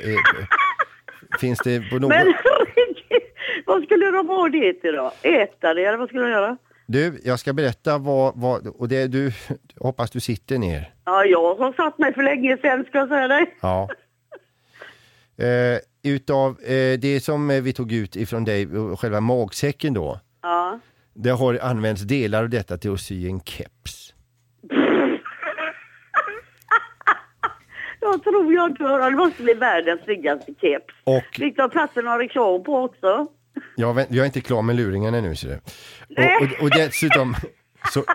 [SPEAKER 11] Finns det på någon...
[SPEAKER 12] Men vad skulle de ha det till då? Äta det, eller vad skulle de göra?
[SPEAKER 11] Du, jag ska berätta vad och det du, hoppas du sitter ner.
[SPEAKER 12] Ja, jag har satt mig för länge sedan, ska jag säga dig.
[SPEAKER 11] Ja. Utav det som vi tog ut ifrån dig, själva magsäcken då.
[SPEAKER 12] Ja.
[SPEAKER 11] Det har använts delar av detta till att sy en keps.
[SPEAKER 12] Jag tror jag dör. Det måste bli världens snyggaste keps.
[SPEAKER 11] Och
[SPEAKER 12] Fick ta platsen och reklam på också.
[SPEAKER 11] Jag är inte klar med luringen ännu, så det. Och dessutom så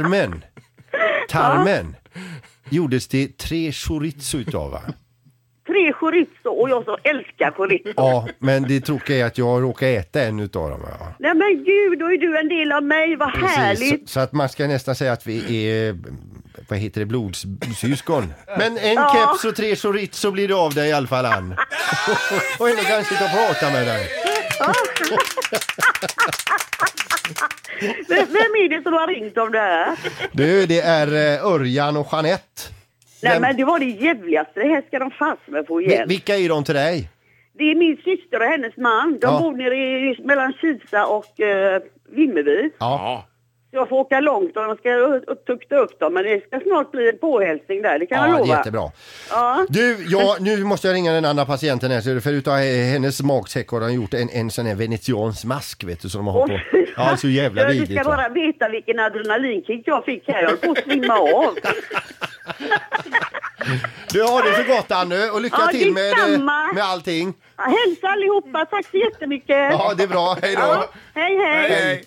[SPEAKER 11] tarmen gjordes det 3 chorizo utav, va?
[SPEAKER 12] 3 chorizo, och jag så älskar chorizo.
[SPEAKER 11] Ja, men det tråkiga är att jag råkar äta en utav dem. Ja.
[SPEAKER 12] Nej men gud, då är du en del av mig, vad precis, härligt.
[SPEAKER 11] Så att man ska nästan säga att vi är, vad heter det, blodsyskon. Men en keps och 3 chorizo blir det av dig i alla fall, Ann. Och ändå kan jag sitta och prata med dig.
[SPEAKER 12] Vem är det som har ringt om det här?
[SPEAKER 11] Det är Örjan och Jeanette.
[SPEAKER 12] Nej, men det var det jävligaste. Det här ska de fast med få igen.
[SPEAKER 11] Vilka är de till dig?
[SPEAKER 12] Det är min syster och hennes man. De bor nere mellan Kisa och Vimmerby.
[SPEAKER 11] Ja.
[SPEAKER 12] Så jag får åka långt och de ska tukta upp dem. Men det ska snart bli en påhälsning där. Det kan jag lova.
[SPEAKER 11] Ja, jättebra.
[SPEAKER 12] Ja.
[SPEAKER 11] Du, nu måste jag ringa den andra patienten här. För utav hennes magsäck har de gjort en sån här venetians mask, vet du, som de har på. Ja, så jävla vidrigt.
[SPEAKER 12] Du ska bara veta vilken adrenalinkick jag fick här. Jag höll på att svimma av.
[SPEAKER 11] Du har det så gott, Anne, och lycka till med allting.
[SPEAKER 12] Ja, hälsa allihopa, tack så jättemycket.
[SPEAKER 11] Ja, det är bra, hej då.
[SPEAKER 12] Ja, hej.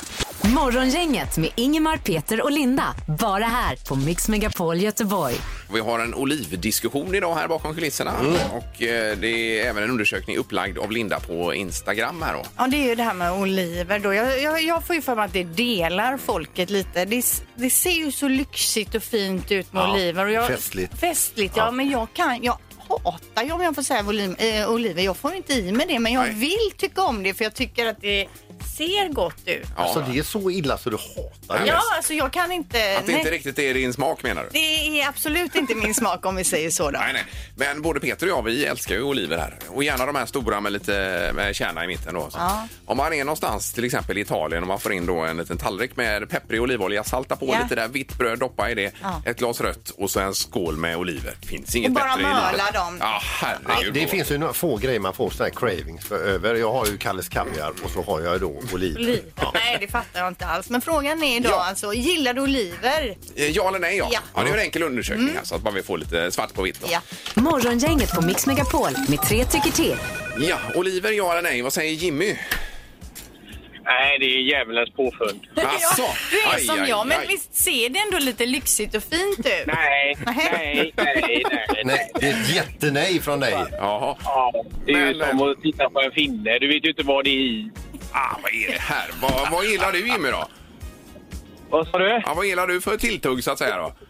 [SPEAKER 4] Morgongänget med Ingemar, Peter och Linda. Bara här på Mix Megapol Göteborg.
[SPEAKER 5] Vi har en olivdiskussion idag här bakom kulisserna. Och det är även en undersökning upplagd av Linda på Instagram här då.
[SPEAKER 7] Ja, det är ju det här med oliver då. Jag får ju för mig att det delar folket lite. Det ser ju så lyxigt och fint ut med oliver. Och festligt, ja. Men jag hatar ju, om jag får säga oliver. Jag får inte i med det, men jag vill tycka om det för jag tycker att det ser gott ut.
[SPEAKER 6] Ja. Alltså det är så illa så du hatar det.
[SPEAKER 7] Ja, alltså jag kan inte...
[SPEAKER 5] Att det inte riktigt är din smak, menar du?
[SPEAKER 7] Det är absolut inte min smak, om vi säger så då.
[SPEAKER 5] Nej. Men både Peter och jag, vi älskar ju oliver här. Och gärna de här stora med kärna i mitten då. Ja. Om man är någonstans, till exempel i Italien, och man får in då en liten tallrik med pepprig olivolja, salta på lite där, vitt bröd, doppa i det, ett glas rött och så en skål med oliver. Finns inget bättre i livet. Och bara möla dem.
[SPEAKER 6] Ja, herregud. Det finns ju några få grejer man får sådana här cravings för över. Jag har ju Kalles kaviar och så har jag då oliver.
[SPEAKER 7] Ja. Nej, det fattar jag inte alls. Men frågan är idag alltså, gillar du oliver?
[SPEAKER 5] Ja eller nej, ja. Det är ju en enkel undersökning här, så att man vill få lite svart på vitt då.
[SPEAKER 4] Ja. Morgongänget på Mix Megapol med 3 tycker till.
[SPEAKER 5] Ja, oliver, ja eller nej? Vad säger Jimmy?
[SPEAKER 10] Nej, det är djävulens påfund.
[SPEAKER 5] Alltså,
[SPEAKER 7] du är som jag, men visst ser det ändå lite lyxigt och fint ut?
[SPEAKER 10] Nej,
[SPEAKER 6] det är ett jättenej från dig.
[SPEAKER 5] Jaha.
[SPEAKER 10] Ja, det är ju som att titta på en finne. Du vet ju inte vad det är i.
[SPEAKER 5] Vad är det här? Vad gillar du, Jimmy, då?
[SPEAKER 10] Vad sa du?
[SPEAKER 5] Ja, vad gillar du för tilltugg, så att säga då?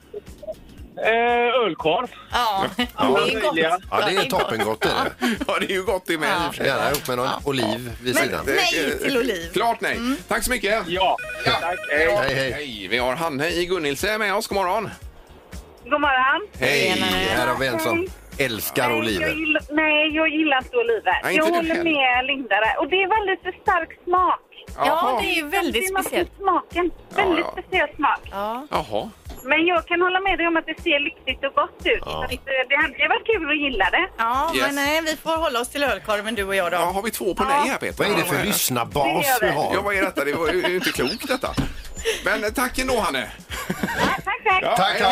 [SPEAKER 10] Ölkorv.
[SPEAKER 7] Ja, det är gott.
[SPEAKER 6] Ja, det är toppengott.
[SPEAKER 5] Ja, det är ju gott i med.
[SPEAKER 6] Gärna ihop med någon oliv vid sidan.
[SPEAKER 7] Nej till oliv.
[SPEAKER 5] Klart nej. Tack så mycket.
[SPEAKER 10] Ja. Tack.
[SPEAKER 5] Hej. Vi har Hanne i Gunnilse med oss. God morgon.
[SPEAKER 9] God morgon.
[SPEAKER 6] Hej. Här har vi en som älskar oliver.
[SPEAKER 9] Jag gillar inte oliver.
[SPEAKER 5] Nej,
[SPEAKER 9] jag
[SPEAKER 5] inte
[SPEAKER 9] håller med Linda där. Och det är väldigt för stark smak.
[SPEAKER 7] Ja, det är ju väldigt speciellt.
[SPEAKER 9] Smaken. Väldigt speciell smak.
[SPEAKER 7] Ja.
[SPEAKER 5] Jaha.
[SPEAKER 9] Men jag kan hålla med dig om att det ser lyxigt och gott ut. Ja. Det hade varit kul att gilla det.
[SPEAKER 7] Ja, men nej, vi får hålla oss till ölkorven, du och jag då.
[SPEAKER 5] Ja, har vi 2 på nej här, Peter?
[SPEAKER 6] Vad är det för lyssnarbas vi har?
[SPEAKER 5] Ja, vad är detta? Det var ju inte klokt detta. Men tack ändå, Hanne.
[SPEAKER 9] Tack.
[SPEAKER 5] Ja,
[SPEAKER 6] tack.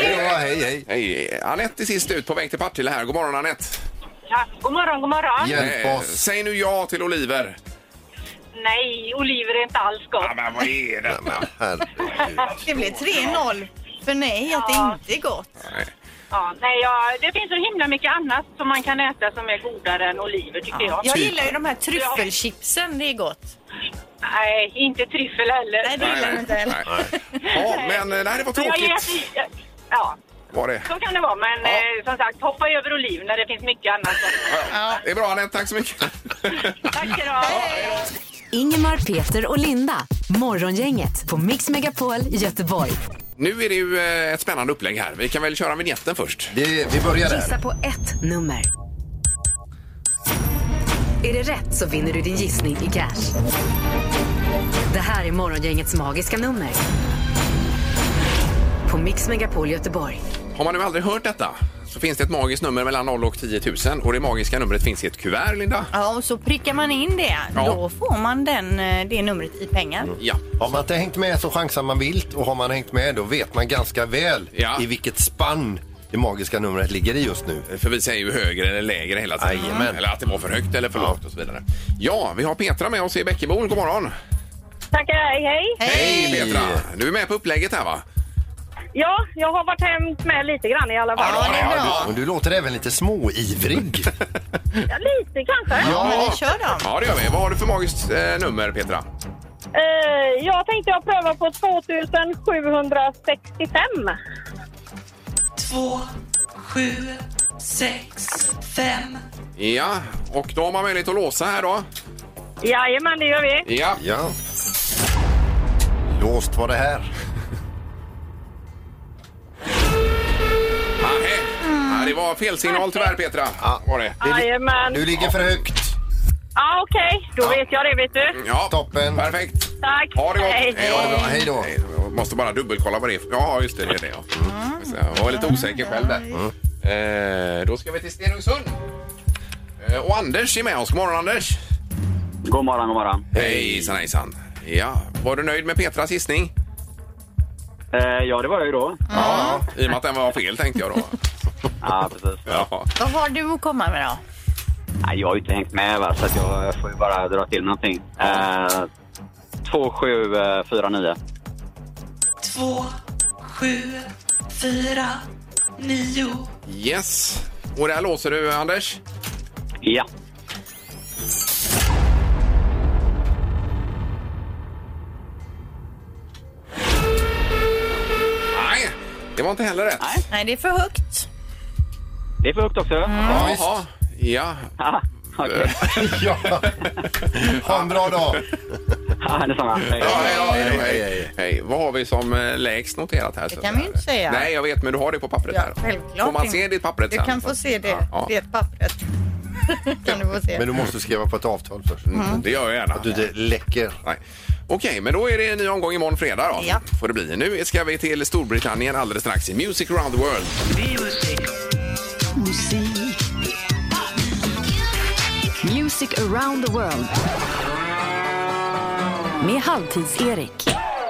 [SPEAKER 6] Hej.
[SPEAKER 5] Anette är sist ut på väg till Partille här. God morgon, Anette.
[SPEAKER 9] Ja, god morgon.
[SPEAKER 6] Hjälp oss.
[SPEAKER 5] Säg nu ja till oliver.
[SPEAKER 9] Nej, oliver är inte alls gott.
[SPEAKER 5] Ja, men vad är det?
[SPEAKER 7] Det blir 3-0 för nej, att det inte är gott.
[SPEAKER 5] Nej.
[SPEAKER 9] Ja, det finns så himla mycket annat som man kan äta som är godare än oliver, tycker jag.
[SPEAKER 7] Jag gillar ju de här tryffelchipsen, det är gott.
[SPEAKER 9] Nej, inte tryffel heller.
[SPEAKER 7] Nej, det gillar jag inte heller.
[SPEAKER 5] Ja, men det var tråkigt.
[SPEAKER 9] Ja.
[SPEAKER 5] Var det?
[SPEAKER 9] Så kan det vara, men som sagt, hoppa över oliv när det finns mycket annat.
[SPEAKER 5] Ja, det är bra, Anette. Tack så mycket.
[SPEAKER 9] Tack ska du ha.
[SPEAKER 4] Ingemar, Peter och Linda. Morgongänget på Mix Megapol Göteborg.
[SPEAKER 5] Nu är det ju ett spännande upplägg här. Vi kan väl köra vignetten först.
[SPEAKER 6] Vi börjar där.
[SPEAKER 4] Gissa på ett nummer. Är det rätt så vinner du din gissning i cash. Det här är Morgongängets magiska nummer. På Mix Megapol Göteborg.
[SPEAKER 5] Har man nu aldrig hört detta så finns det ett magiskt nummer mellan 0 och 10 000. Och det magiska numret finns i ett kuvert, Linda.
[SPEAKER 7] Ja, och så prickar man in det.
[SPEAKER 5] Ja.
[SPEAKER 7] Då får man det numret i pengar.
[SPEAKER 5] Ja.
[SPEAKER 6] Har man inte hängt med så chansar man vilt. Och har man hängt med då vet man ganska väl i vilket spann det magiska numret ligger i just nu.
[SPEAKER 5] För vi säger ju högre eller lägre hela tiden. Eller att det var för högt eller för lågt och så vidare. Ja, vi har Petra med oss i Bäckebon. God morgon.
[SPEAKER 9] Tackar, hej.
[SPEAKER 5] Hej Petra. Du är med på upplägget här, va?
[SPEAKER 9] Ja, jag har varit hemma med lite grann i alla fall.
[SPEAKER 6] Ja, och du låter även lite småivrig.
[SPEAKER 9] Ja, lite kanske.
[SPEAKER 7] Ja, men vi kör då.
[SPEAKER 5] Ja, det gör vi. Vad har du för magiskt nummer, Petra?
[SPEAKER 9] Jag tänkte jag pröva på 2765.
[SPEAKER 1] 2, 7, 6, 5.
[SPEAKER 5] Ja, och då har man möjlighet att låsa här då.
[SPEAKER 9] Jajamän, det gör vi.
[SPEAKER 5] Ja.
[SPEAKER 6] Låst var det här.
[SPEAKER 5] Ja, det var fel signal tyvärr, Petra. Var det?
[SPEAKER 9] Jajamän.
[SPEAKER 6] Du ligger för högt.
[SPEAKER 9] Ja, okej. Då vet jag det, vet du.
[SPEAKER 5] Ja,
[SPEAKER 6] toppen.
[SPEAKER 5] Perfekt.
[SPEAKER 9] Tack.
[SPEAKER 5] Ha det gott.
[SPEAKER 6] Hej då.
[SPEAKER 5] Jag måste bara dubbelkolla vad det är. Ja, just det. Det är det, ja. Jag var lite osäker själv där. Då ska vi till Stenungsund. Och Anders är med oss. God morgon, Anders.
[SPEAKER 13] God morgon.
[SPEAKER 5] Hejsan. Ja, var du nöjd med Petras gissning?
[SPEAKER 13] Ja, det var jag ju då.
[SPEAKER 5] Ja, i och med att den var fel tänkte jag då.
[SPEAKER 13] Ja, precis.
[SPEAKER 5] Ja.
[SPEAKER 7] Vad har du att komma med då?
[SPEAKER 13] Nej, jag har ju inte hängt med, va, så att jag får ju bara dra till någonting. 2749.
[SPEAKER 1] 2, 7, 4,
[SPEAKER 9] 9.
[SPEAKER 5] Yes. Och där låser du, Anders?
[SPEAKER 13] Ja.
[SPEAKER 5] Nej, det var inte heller rätt.
[SPEAKER 7] Nej, det är för högt.
[SPEAKER 13] Det är för högt också.
[SPEAKER 5] Jaha, ja.
[SPEAKER 13] Okej.
[SPEAKER 6] Ja. Ha en bra dag.
[SPEAKER 13] Ja, detsamma.
[SPEAKER 5] Hej. Vad har vi som lägst noterat här?
[SPEAKER 7] Det kan vi ju inte säga.
[SPEAKER 5] Nej, jag vet, men du har det på pappret här.
[SPEAKER 7] Självklart.
[SPEAKER 5] Får man se ditt pappret
[SPEAKER 7] Du
[SPEAKER 5] sen?
[SPEAKER 7] kan få se det, det pappret. Kan du få se.
[SPEAKER 6] Men du måste skriva på ett avtal först.
[SPEAKER 5] Det gör jag gärna.
[SPEAKER 6] Att du inte läcker.
[SPEAKER 5] Nej. Okej, men då är det en ny omgång imorgon fredag då.
[SPEAKER 7] Ja.
[SPEAKER 5] Får det bli. Nu ska vi till Storbritannien alldeles strax i Music Around the World.
[SPEAKER 4] Music around the world. Med Halvtids-Erik.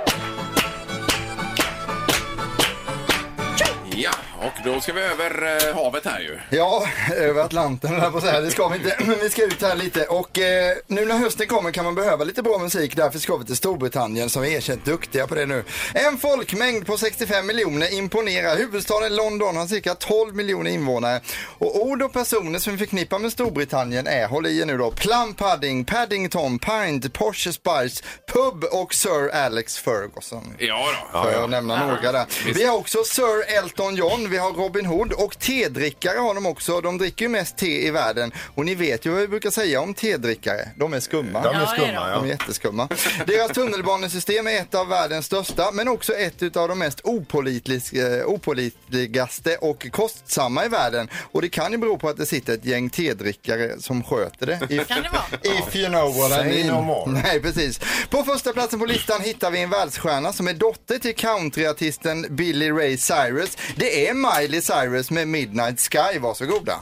[SPEAKER 5] Ja, och då ska vi över havet här ju.
[SPEAKER 8] Ja, över Atlanten där på så här. Det ska vi inte, men vi ska ut här lite. Och nu när hösten kommer kan man behöva lite bra musik. Därför ska vi till Storbritannien som är erkänt duktiga på det nu. En folkmängd på 65 miljoner imponerar. Huvudstaden London har cirka 12 miljoner invånare. Och ord och personer som förknippar med Storbritannien är, håll i nu då, Plum Pudding, Paddington, Pint, Porsche Spice, Pub och Sir Alex Ferguson.
[SPEAKER 5] Ja då.
[SPEAKER 8] För att nämna några där. Vi har också Sir Elton John, vi har Robin Hood och tedrickare har de också. De dricker ju mest te i världen. Och ni vet ju vad vi brukar säga om tedrickare. De är skumma.
[SPEAKER 6] De är skumma,
[SPEAKER 8] De är jätteskumma. Deras tunnelbanesystem är ett av världens största, men också ett av de mest opålitligaste och kostsamma i världen. Och det kan ju bero på att det sitter ett gäng tedrickare som sköter det.
[SPEAKER 7] Kan det vara?
[SPEAKER 8] If you know what I mean. Nej, precis. På första platsen på listan hittar vi en världsstjärna som är dotter till countryartisten Billy Ray Cyrus. Det är Miley Cyrus med Midnight Sky. Varsågoda.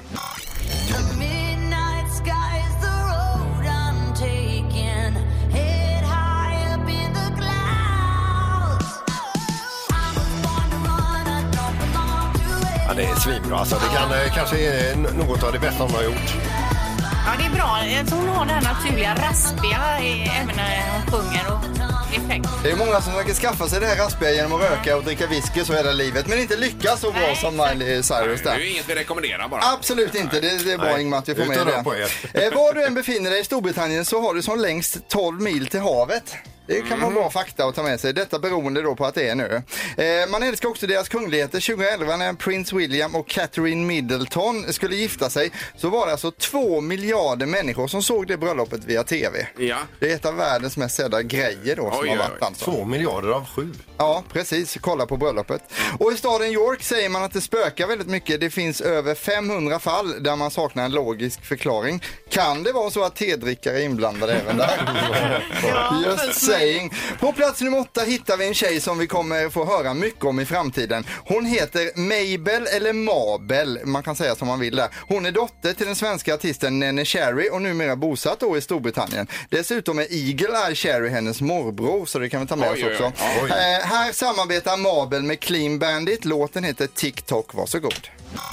[SPEAKER 6] Ja, det är svinbra. Alltså, det kan kanske är något av det bästa hon har gjort.
[SPEAKER 7] Ja, det är bra. Hon har det här naturliga raspiga även när hon sjunger och effekt.
[SPEAKER 8] Det är många som försöker skaffa sig det här raspiga genom att röka och dricka whisky så hela livet, men inte lyckas så bra som Miley Cyrus där.
[SPEAKER 5] Det är ju inget vi rekommenderar bara.
[SPEAKER 8] Absolut inte, det är bra Ingmar att vi får med det. Var du än befinner dig i Storbritannien så har du som längst 12 mil till havet. Det kan vara bra fakta att ta med sig. Detta beroende då på att det är nu. Man älskar också deras kungligheter. 2011 när Prince William och Catherine Middleton skulle gifta sig så var det alltså 2 miljarder människor som såg det bröllopet via tv.
[SPEAKER 5] Ja.
[SPEAKER 8] Det är ett av världens mest sedda grejer då som har varit. Alltså.
[SPEAKER 6] 2 miljarder av 7.
[SPEAKER 8] Ja, precis. Kolla på bröllopet. Och i staden York säger man att det spökar väldigt mycket. Det finns över 500 fall där man saknar en logisk förklaring. Kan det vara så att tedrickare är inblandade även där? Just saying. På plats nummer 8 hittar vi en tjej som vi kommer få höra mycket om i framtiden. Hon heter Mabel eller Mabel, man kan säga som man vill där. Hon är dotter till den svenska artisten Nene Cherry och numera bosatt då i Storbritannien. Dessutom är Eagle Eye Cherry hennes morbror, så det kan vi ta med oss också. Här samarbetar Mabel med Clean Bandit. Låten heter TikTok. Varsågod.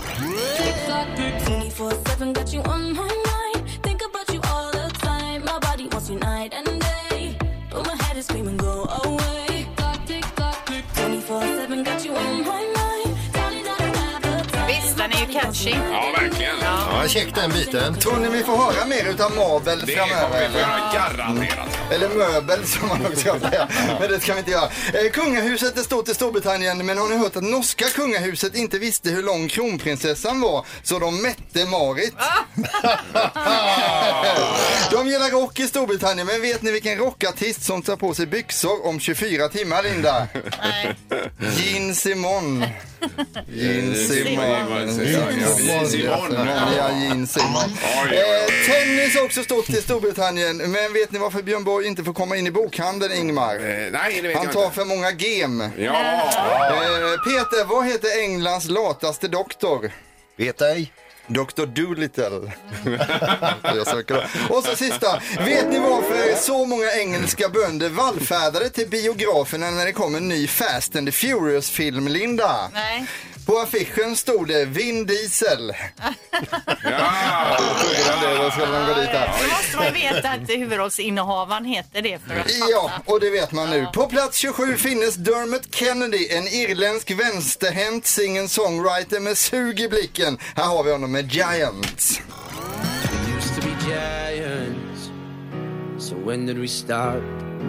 [SPEAKER 7] Visst, den är ju catchy.
[SPEAKER 5] Ja, verkligen.
[SPEAKER 6] Ja, check den biten.
[SPEAKER 8] Tror ni vi får höra mer utav Mabel
[SPEAKER 5] Det
[SPEAKER 8] framöver?
[SPEAKER 5] kommer vi få göra garanterat.
[SPEAKER 8] Eller möbel som man också kan säga. Men det ska vi inte göra. Kungahuset är stort i Storbritannien, men har ni hört att norska kungahuset inte visste hur lång kronprinsessan var, så de mätte Marit. De gillar rock i Storbritannien, men vet ni vilken rockartist som tar på sig byxor om 24 timmar, Linda?
[SPEAKER 7] Nej.
[SPEAKER 8] Gene Simon. Gene Simon. Ja, Gene Simon. Tennis är också stort i Storbritannien, men vet ni varför Björn Borg inte får komma in i bokhandeln, Ingmar?
[SPEAKER 5] Nej, det vet
[SPEAKER 8] Han
[SPEAKER 5] jag
[SPEAKER 8] tar
[SPEAKER 5] inte.
[SPEAKER 8] för många gem.
[SPEAKER 5] Ja.
[SPEAKER 8] Peter, vad heter Englands lataste doktor?
[SPEAKER 6] Vet ej.
[SPEAKER 8] Dr. Dolittle. Jag söker då. Och så sista. Vet ni varför så många engelska bönder vallfärdade till biograferna när det kom en ny Fast and the Furious-film, Linda?
[SPEAKER 7] Nej.
[SPEAKER 8] På affischen stod det Vin Diesel. Då ska man gå dit här.
[SPEAKER 7] Då måste man veta att huvudrollsinnehavaren heter det för att
[SPEAKER 8] Ja, och det vet man nu. På plats 27 finnes Dermot Kennedy, en irländsk vänsterhänt singer-songwriter med sug i blicken. Här har vi honom med Giants.
[SPEAKER 14] Used to be giants. So when did we start?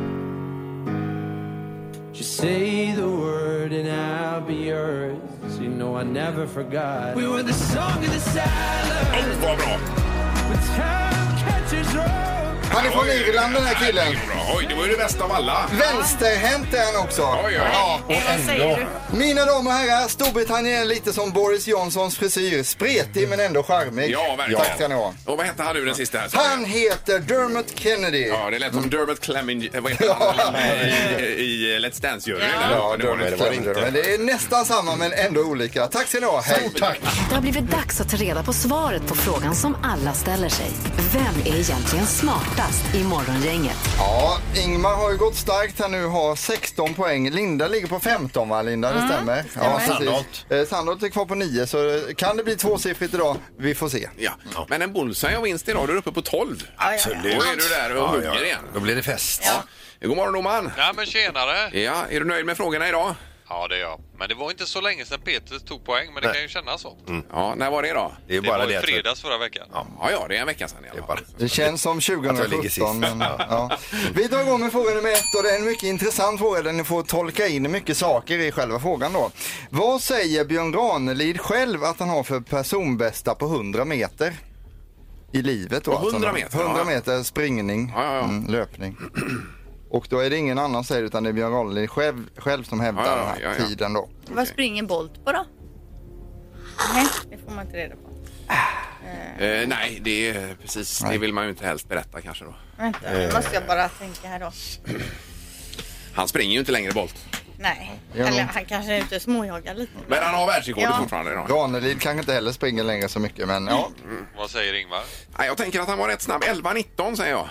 [SPEAKER 14] Just say the word and I'll be yours. So you know I never forgot. We were the song of the silence.
[SPEAKER 5] Vad bra.
[SPEAKER 14] With time catches roll.
[SPEAKER 8] Han är från Irland, den här killen.
[SPEAKER 5] Oj, det var ju det bästa av alla.
[SPEAKER 8] Vänsterhänt är han också.
[SPEAKER 5] Oj.
[SPEAKER 8] Ja, och
[SPEAKER 7] ändå.
[SPEAKER 8] Mina damer och herrar, Storbritannien är lite som Boris Johnsons frisyr. Spretig men ändå charmig.
[SPEAKER 5] Ja, verkligen.
[SPEAKER 8] Tack ska ni ha.
[SPEAKER 5] Och vad hette han nu den sista här?
[SPEAKER 8] Han heter Dermot Kennedy.
[SPEAKER 5] Ja, det lät som Dermot Clemming. Vad heter han i Let's Dance-juryn?
[SPEAKER 8] Ja, Dermot Kennedy. Men det är nästan samma men ändå olika. Tack ska ni ha. Hej.
[SPEAKER 6] Tack.
[SPEAKER 4] Det har blivit dags att ta reda på svaret på frågan som alla ställer sig. Vem är egentligen smartast i Morgongänget?
[SPEAKER 8] Ja, Ingmar har ju gått starkt här nu, har 16 poäng. Linda ligger på 15, va Linda? Det stämmer. Ja, precis. Sandholt är kvar på 9, så kan det bli tvåsiffrigt idag? Vi får se.
[SPEAKER 5] Ja, men en bullseye av vinst idag, du är uppe på 12.
[SPEAKER 6] Absolut.
[SPEAKER 5] Då är du där och hugger igen.
[SPEAKER 6] Då blir det fest.
[SPEAKER 5] Ja. God morgon, domaren.
[SPEAKER 15] Ja, men tjenare.
[SPEAKER 5] Ja, är du nöjd med frågorna idag?
[SPEAKER 15] Ja, det är jag. Men det var inte så länge sedan Peter tog poäng, men det kan ju kännas så.
[SPEAKER 5] Ja, när var det då?
[SPEAKER 6] Det bara
[SPEAKER 15] var fredags förra veckan.
[SPEAKER 5] Ja, det är en vecka sedan i alla fall.
[SPEAKER 8] Det känns som 2017. Men, ja. Vi drar igång med fråga nummer 1 och det är en mycket intressant fråga där ni får tolka in mycket saker i själva frågan då. Vad säger Björn Ranelid själv att han har för personbästa på 100 meter? I livet då.
[SPEAKER 5] På 100 meter?
[SPEAKER 8] 100 meter springning, löpning. Och då är det ingen annan säger utan det är Björn Ranelid själv som hävdar den här tiden då.
[SPEAKER 7] Vad springer Bolt på då? Nej, det får man inte reda på.
[SPEAKER 5] Nej, det är precis. Nej. Det vill man ju inte helst berätta kanske då.
[SPEAKER 7] Vänta, nu måste jag bara tänka här då.
[SPEAKER 5] Han springer ju inte längre Bolt.
[SPEAKER 7] Nej, eller han kanske är ute och småjagar lite.
[SPEAKER 5] Men han har världsrekordet fortfarande idag.
[SPEAKER 8] Ranelid kanske inte heller springer längre så mycket, men ja.
[SPEAKER 15] Vad säger Ingmar?
[SPEAKER 5] Nej, jag tänker att han var rätt snabb. 11-19 säger jag.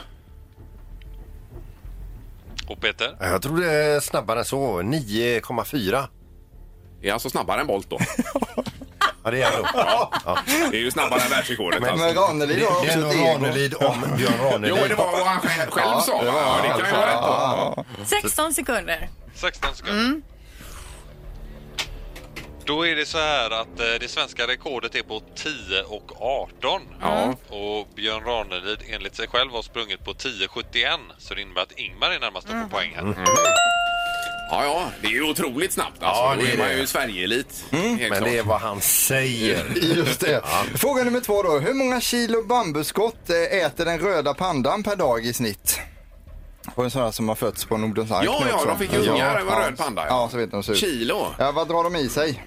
[SPEAKER 15] Och Peter?
[SPEAKER 6] Jag tror det är snabbare än så. 9,4.
[SPEAKER 5] Det är alltså snabbare än Bolt då.
[SPEAKER 6] Ja, det är jag då.
[SPEAKER 5] Ja. Det är ju snabbare än världsrekordet.
[SPEAKER 8] Men Ranelid har också ett
[SPEAKER 6] Ranelid om Björn Ranelid.
[SPEAKER 5] Jo, det var vad han själv sa. Ja, det kan ju vara rätt på.
[SPEAKER 7] 16 sekunder.
[SPEAKER 15] 16 sekunder. Då är det så här att det svenska rekordet är på 10 och 18.
[SPEAKER 5] Ja.
[SPEAKER 15] Och Björn Ranelid enligt sig själv har sprungit på 10,71. Så det innebär att Ingmar är närmast upp på poäng här.
[SPEAKER 5] Ja, det är ju otroligt snabbt. Alltså.
[SPEAKER 6] Ja,
[SPEAKER 5] det är man ju Sverige-elit.
[SPEAKER 6] Men det är vad han säger.
[SPEAKER 8] Just det. Fråga nummer 2 då. Hur många kilo bambuskott äter den röda pandan per dag i snitt? Och en sån här som har fötts på Nordens ark.
[SPEAKER 5] Ja, de fick ju ungar. Det var röd panda.
[SPEAKER 8] Ja, så vet de så ut.
[SPEAKER 5] Kilo?
[SPEAKER 8] Ja, vad drar de i sig?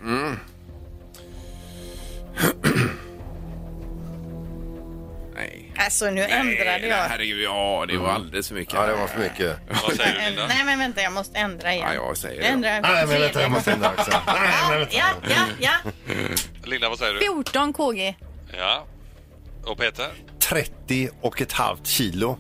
[SPEAKER 5] Nej.
[SPEAKER 7] Alltså nu ändrade jag.
[SPEAKER 5] Herregud, ja, det var alldeles för mycket.
[SPEAKER 6] Ja, det var för mycket.
[SPEAKER 15] Vad säger du, Linda?
[SPEAKER 7] Nej, men vänta, jag måste ändra igen.
[SPEAKER 5] Ja, jag säger
[SPEAKER 7] det.
[SPEAKER 6] Nej, men vänta, jag måste ändra också.
[SPEAKER 7] Ja.
[SPEAKER 15] Linda, vad säger du?
[SPEAKER 7] 14 kg.
[SPEAKER 15] Ja. Och Peter?
[SPEAKER 6] 30,5 kilo.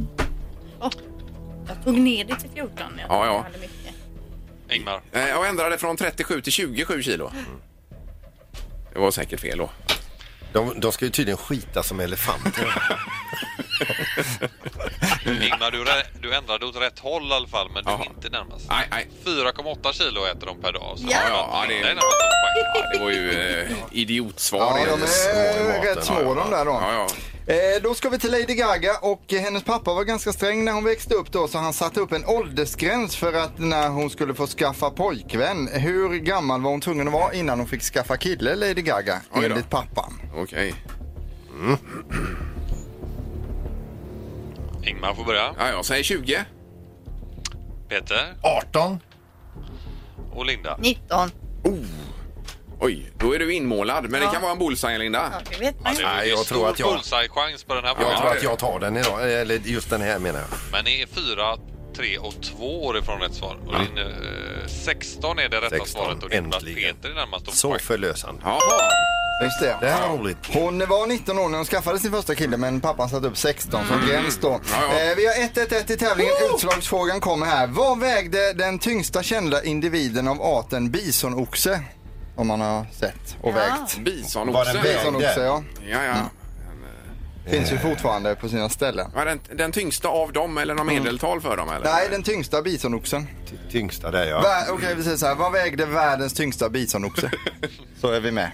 [SPEAKER 7] Jag tog ner det till 14.
[SPEAKER 5] Ja.
[SPEAKER 7] Hade mycket.
[SPEAKER 15] Ingmar?
[SPEAKER 5] Jag ändrade från 37 till 27 kilo. Det var säkert fel då.
[SPEAKER 6] De ska ju tydligen skita som elefanter.
[SPEAKER 15] Ingmar, du ändrade åt rätt håll i alla fall, men du är inte närmast.
[SPEAKER 5] Nej.
[SPEAKER 15] 4,8 kilo äter de per dag. Så
[SPEAKER 5] det var ju idiotsvar.
[SPEAKER 8] Ja, de är rätt små de där då.
[SPEAKER 5] Ja.
[SPEAKER 8] Då ska vi till Lady Gaga och hennes pappa var ganska sträng när hon växte upp då, så han satte upp en åldersgräns för att när hon skulle få skaffa pojkvän. Hur gammal var hon tvungen att vara innan hon fick skaffa kille, Lady Gaga, enligt pappan?
[SPEAKER 5] Okej.
[SPEAKER 15] Ingmar får börja.
[SPEAKER 5] Ja, jag säger 20.
[SPEAKER 15] Peter?
[SPEAKER 6] 18.
[SPEAKER 15] Och Linda?
[SPEAKER 7] 19.
[SPEAKER 5] Oj, då är du inmålad. Men det kan vara en bullseye, Linda.
[SPEAKER 7] Ja, det vet man.
[SPEAKER 6] Nej, jag tror att jag...
[SPEAKER 15] bullseye-chans på den här
[SPEAKER 6] Jag tror att jag tar den idag. Eller just den här menar jag.
[SPEAKER 15] Men ni är 4, 3 och 2 år ifrån rätt svar. Och din 16 är det rätta
[SPEAKER 6] 16,
[SPEAKER 15] svaret. Och din
[SPEAKER 6] äntligen.
[SPEAKER 15] Peter är närmast upp.
[SPEAKER 6] Så förlösande.
[SPEAKER 5] Ja.
[SPEAKER 8] Just det.
[SPEAKER 6] Det här var roligt.
[SPEAKER 8] Hon var 19 år när hon skaffade sin första kille, men pappan satt upp 16 som gräns då. Vi har 1-1-1 i tävlingen. Utslagsfrågan kommer här. Vad vägde den tyngsta kända individen av arten bisonoxe? Om man har sett och vägt.
[SPEAKER 5] Bisonoxe?
[SPEAKER 8] Bisonoxe, ja.
[SPEAKER 5] Ja.
[SPEAKER 8] Finns ju fortfarande på sina ställen.
[SPEAKER 5] Ja, den tyngsta av dem eller någon medeltal för dem? Eller?
[SPEAKER 8] Nej, den tyngsta bisonoxen.
[SPEAKER 6] Tyngsta där, ja.
[SPEAKER 8] Okej, vi säger så här. Vad vägde världens tyngsta bisonoxe? Så är vi med.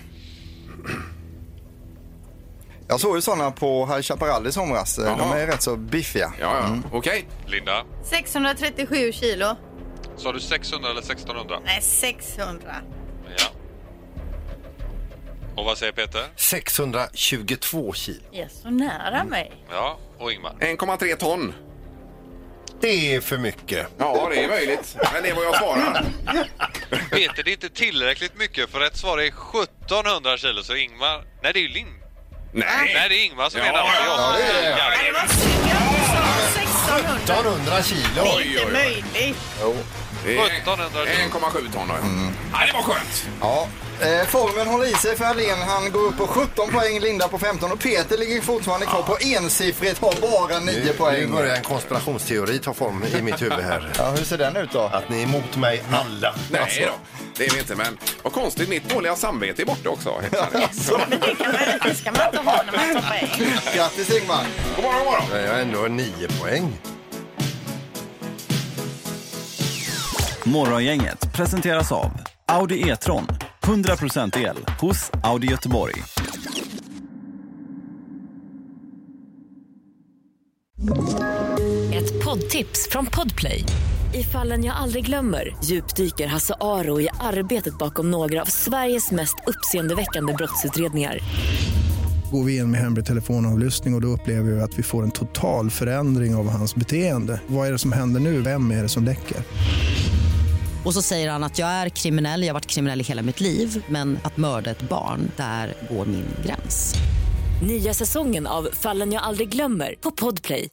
[SPEAKER 8] Jag såg ju sådana på High Chaparral i somras. De är rätt så biffiga.
[SPEAKER 5] Ja. Okej.
[SPEAKER 15] Linda?
[SPEAKER 7] 637 kilo.
[SPEAKER 15] Sa du 600 eller 1600?
[SPEAKER 7] Nej, 600.
[SPEAKER 15] Ja. Och vad säger Peter?
[SPEAKER 6] 622 kilo.
[SPEAKER 7] Ja, så nära mig.
[SPEAKER 15] Ja, och Ingmar?
[SPEAKER 5] 1,3 ton.
[SPEAKER 6] Det är för mycket.
[SPEAKER 5] Ja, det är möjligt. Men det är vad jag svarar.
[SPEAKER 15] Peter, det är inte tillräckligt mycket, för rätt svar är 1700 kilo. Så Ingmar... Nej, det är ju Nej, det är Ingmar som är där.
[SPEAKER 8] Ja, det är det.
[SPEAKER 7] Det var synd jag
[SPEAKER 6] 1700 kilo.
[SPEAKER 7] Inte möjligt.
[SPEAKER 8] Jo.
[SPEAKER 5] 1,7 ton. Ja, det var skönt.
[SPEAKER 8] Ja. Formen håller i sig för Alén. Han går upp på 17 poäng, Linda på 15 och Peter ligger fortfarande kvar på ensiffrigt, har bara 9 poäng.
[SPEAKER 6] Nu börjar en konspirationsteori ta form i mitt huvud här.
[SPEAKER 8] Ja, hur ser den ut då?
[SPEAKER 6] Att ni är emot mig alla.
[SPEAKER 5] Nej då, det är vi inte, men vad konstigt, mitt dåliga samvete är borta också.
[SPEAKER 7] Men det ska man inte ha när man tar poäng.
[SPEAKER 8] Grattis Ingmar.
[SPEAKER 5] God morgon, god morgon.
[SPEAKER 6] Jag har ändå 9 poäng.
[SPEAKER 16] Morgongänget presenteras av Audi E-tron. 100% el hos Audi Göteborg.
[SPEAKER 17] Ett poddtips från Podplay. I Fallen jag aldrig glömmer djupdyker Hasse Aro i arbetet bakom några av Sveriges mest uppseendeväckande brottsutredningar.
[SPEAKER 18] Går vi in med hemlig telefonavlyssning och då upplever vi att vi får en total förändring av hans beteende. Vad är det som händer nu? Vem är det som läcker?
[SPEAKER 19] Och så säger han att jag är kriminell, jag har varit kriminell i hela mitt liv. Men att mörda ett barn, där går min gräns.
[SPEAKER 17] Nya säsongen av Fallen jag aldrig glömmer på Podplay.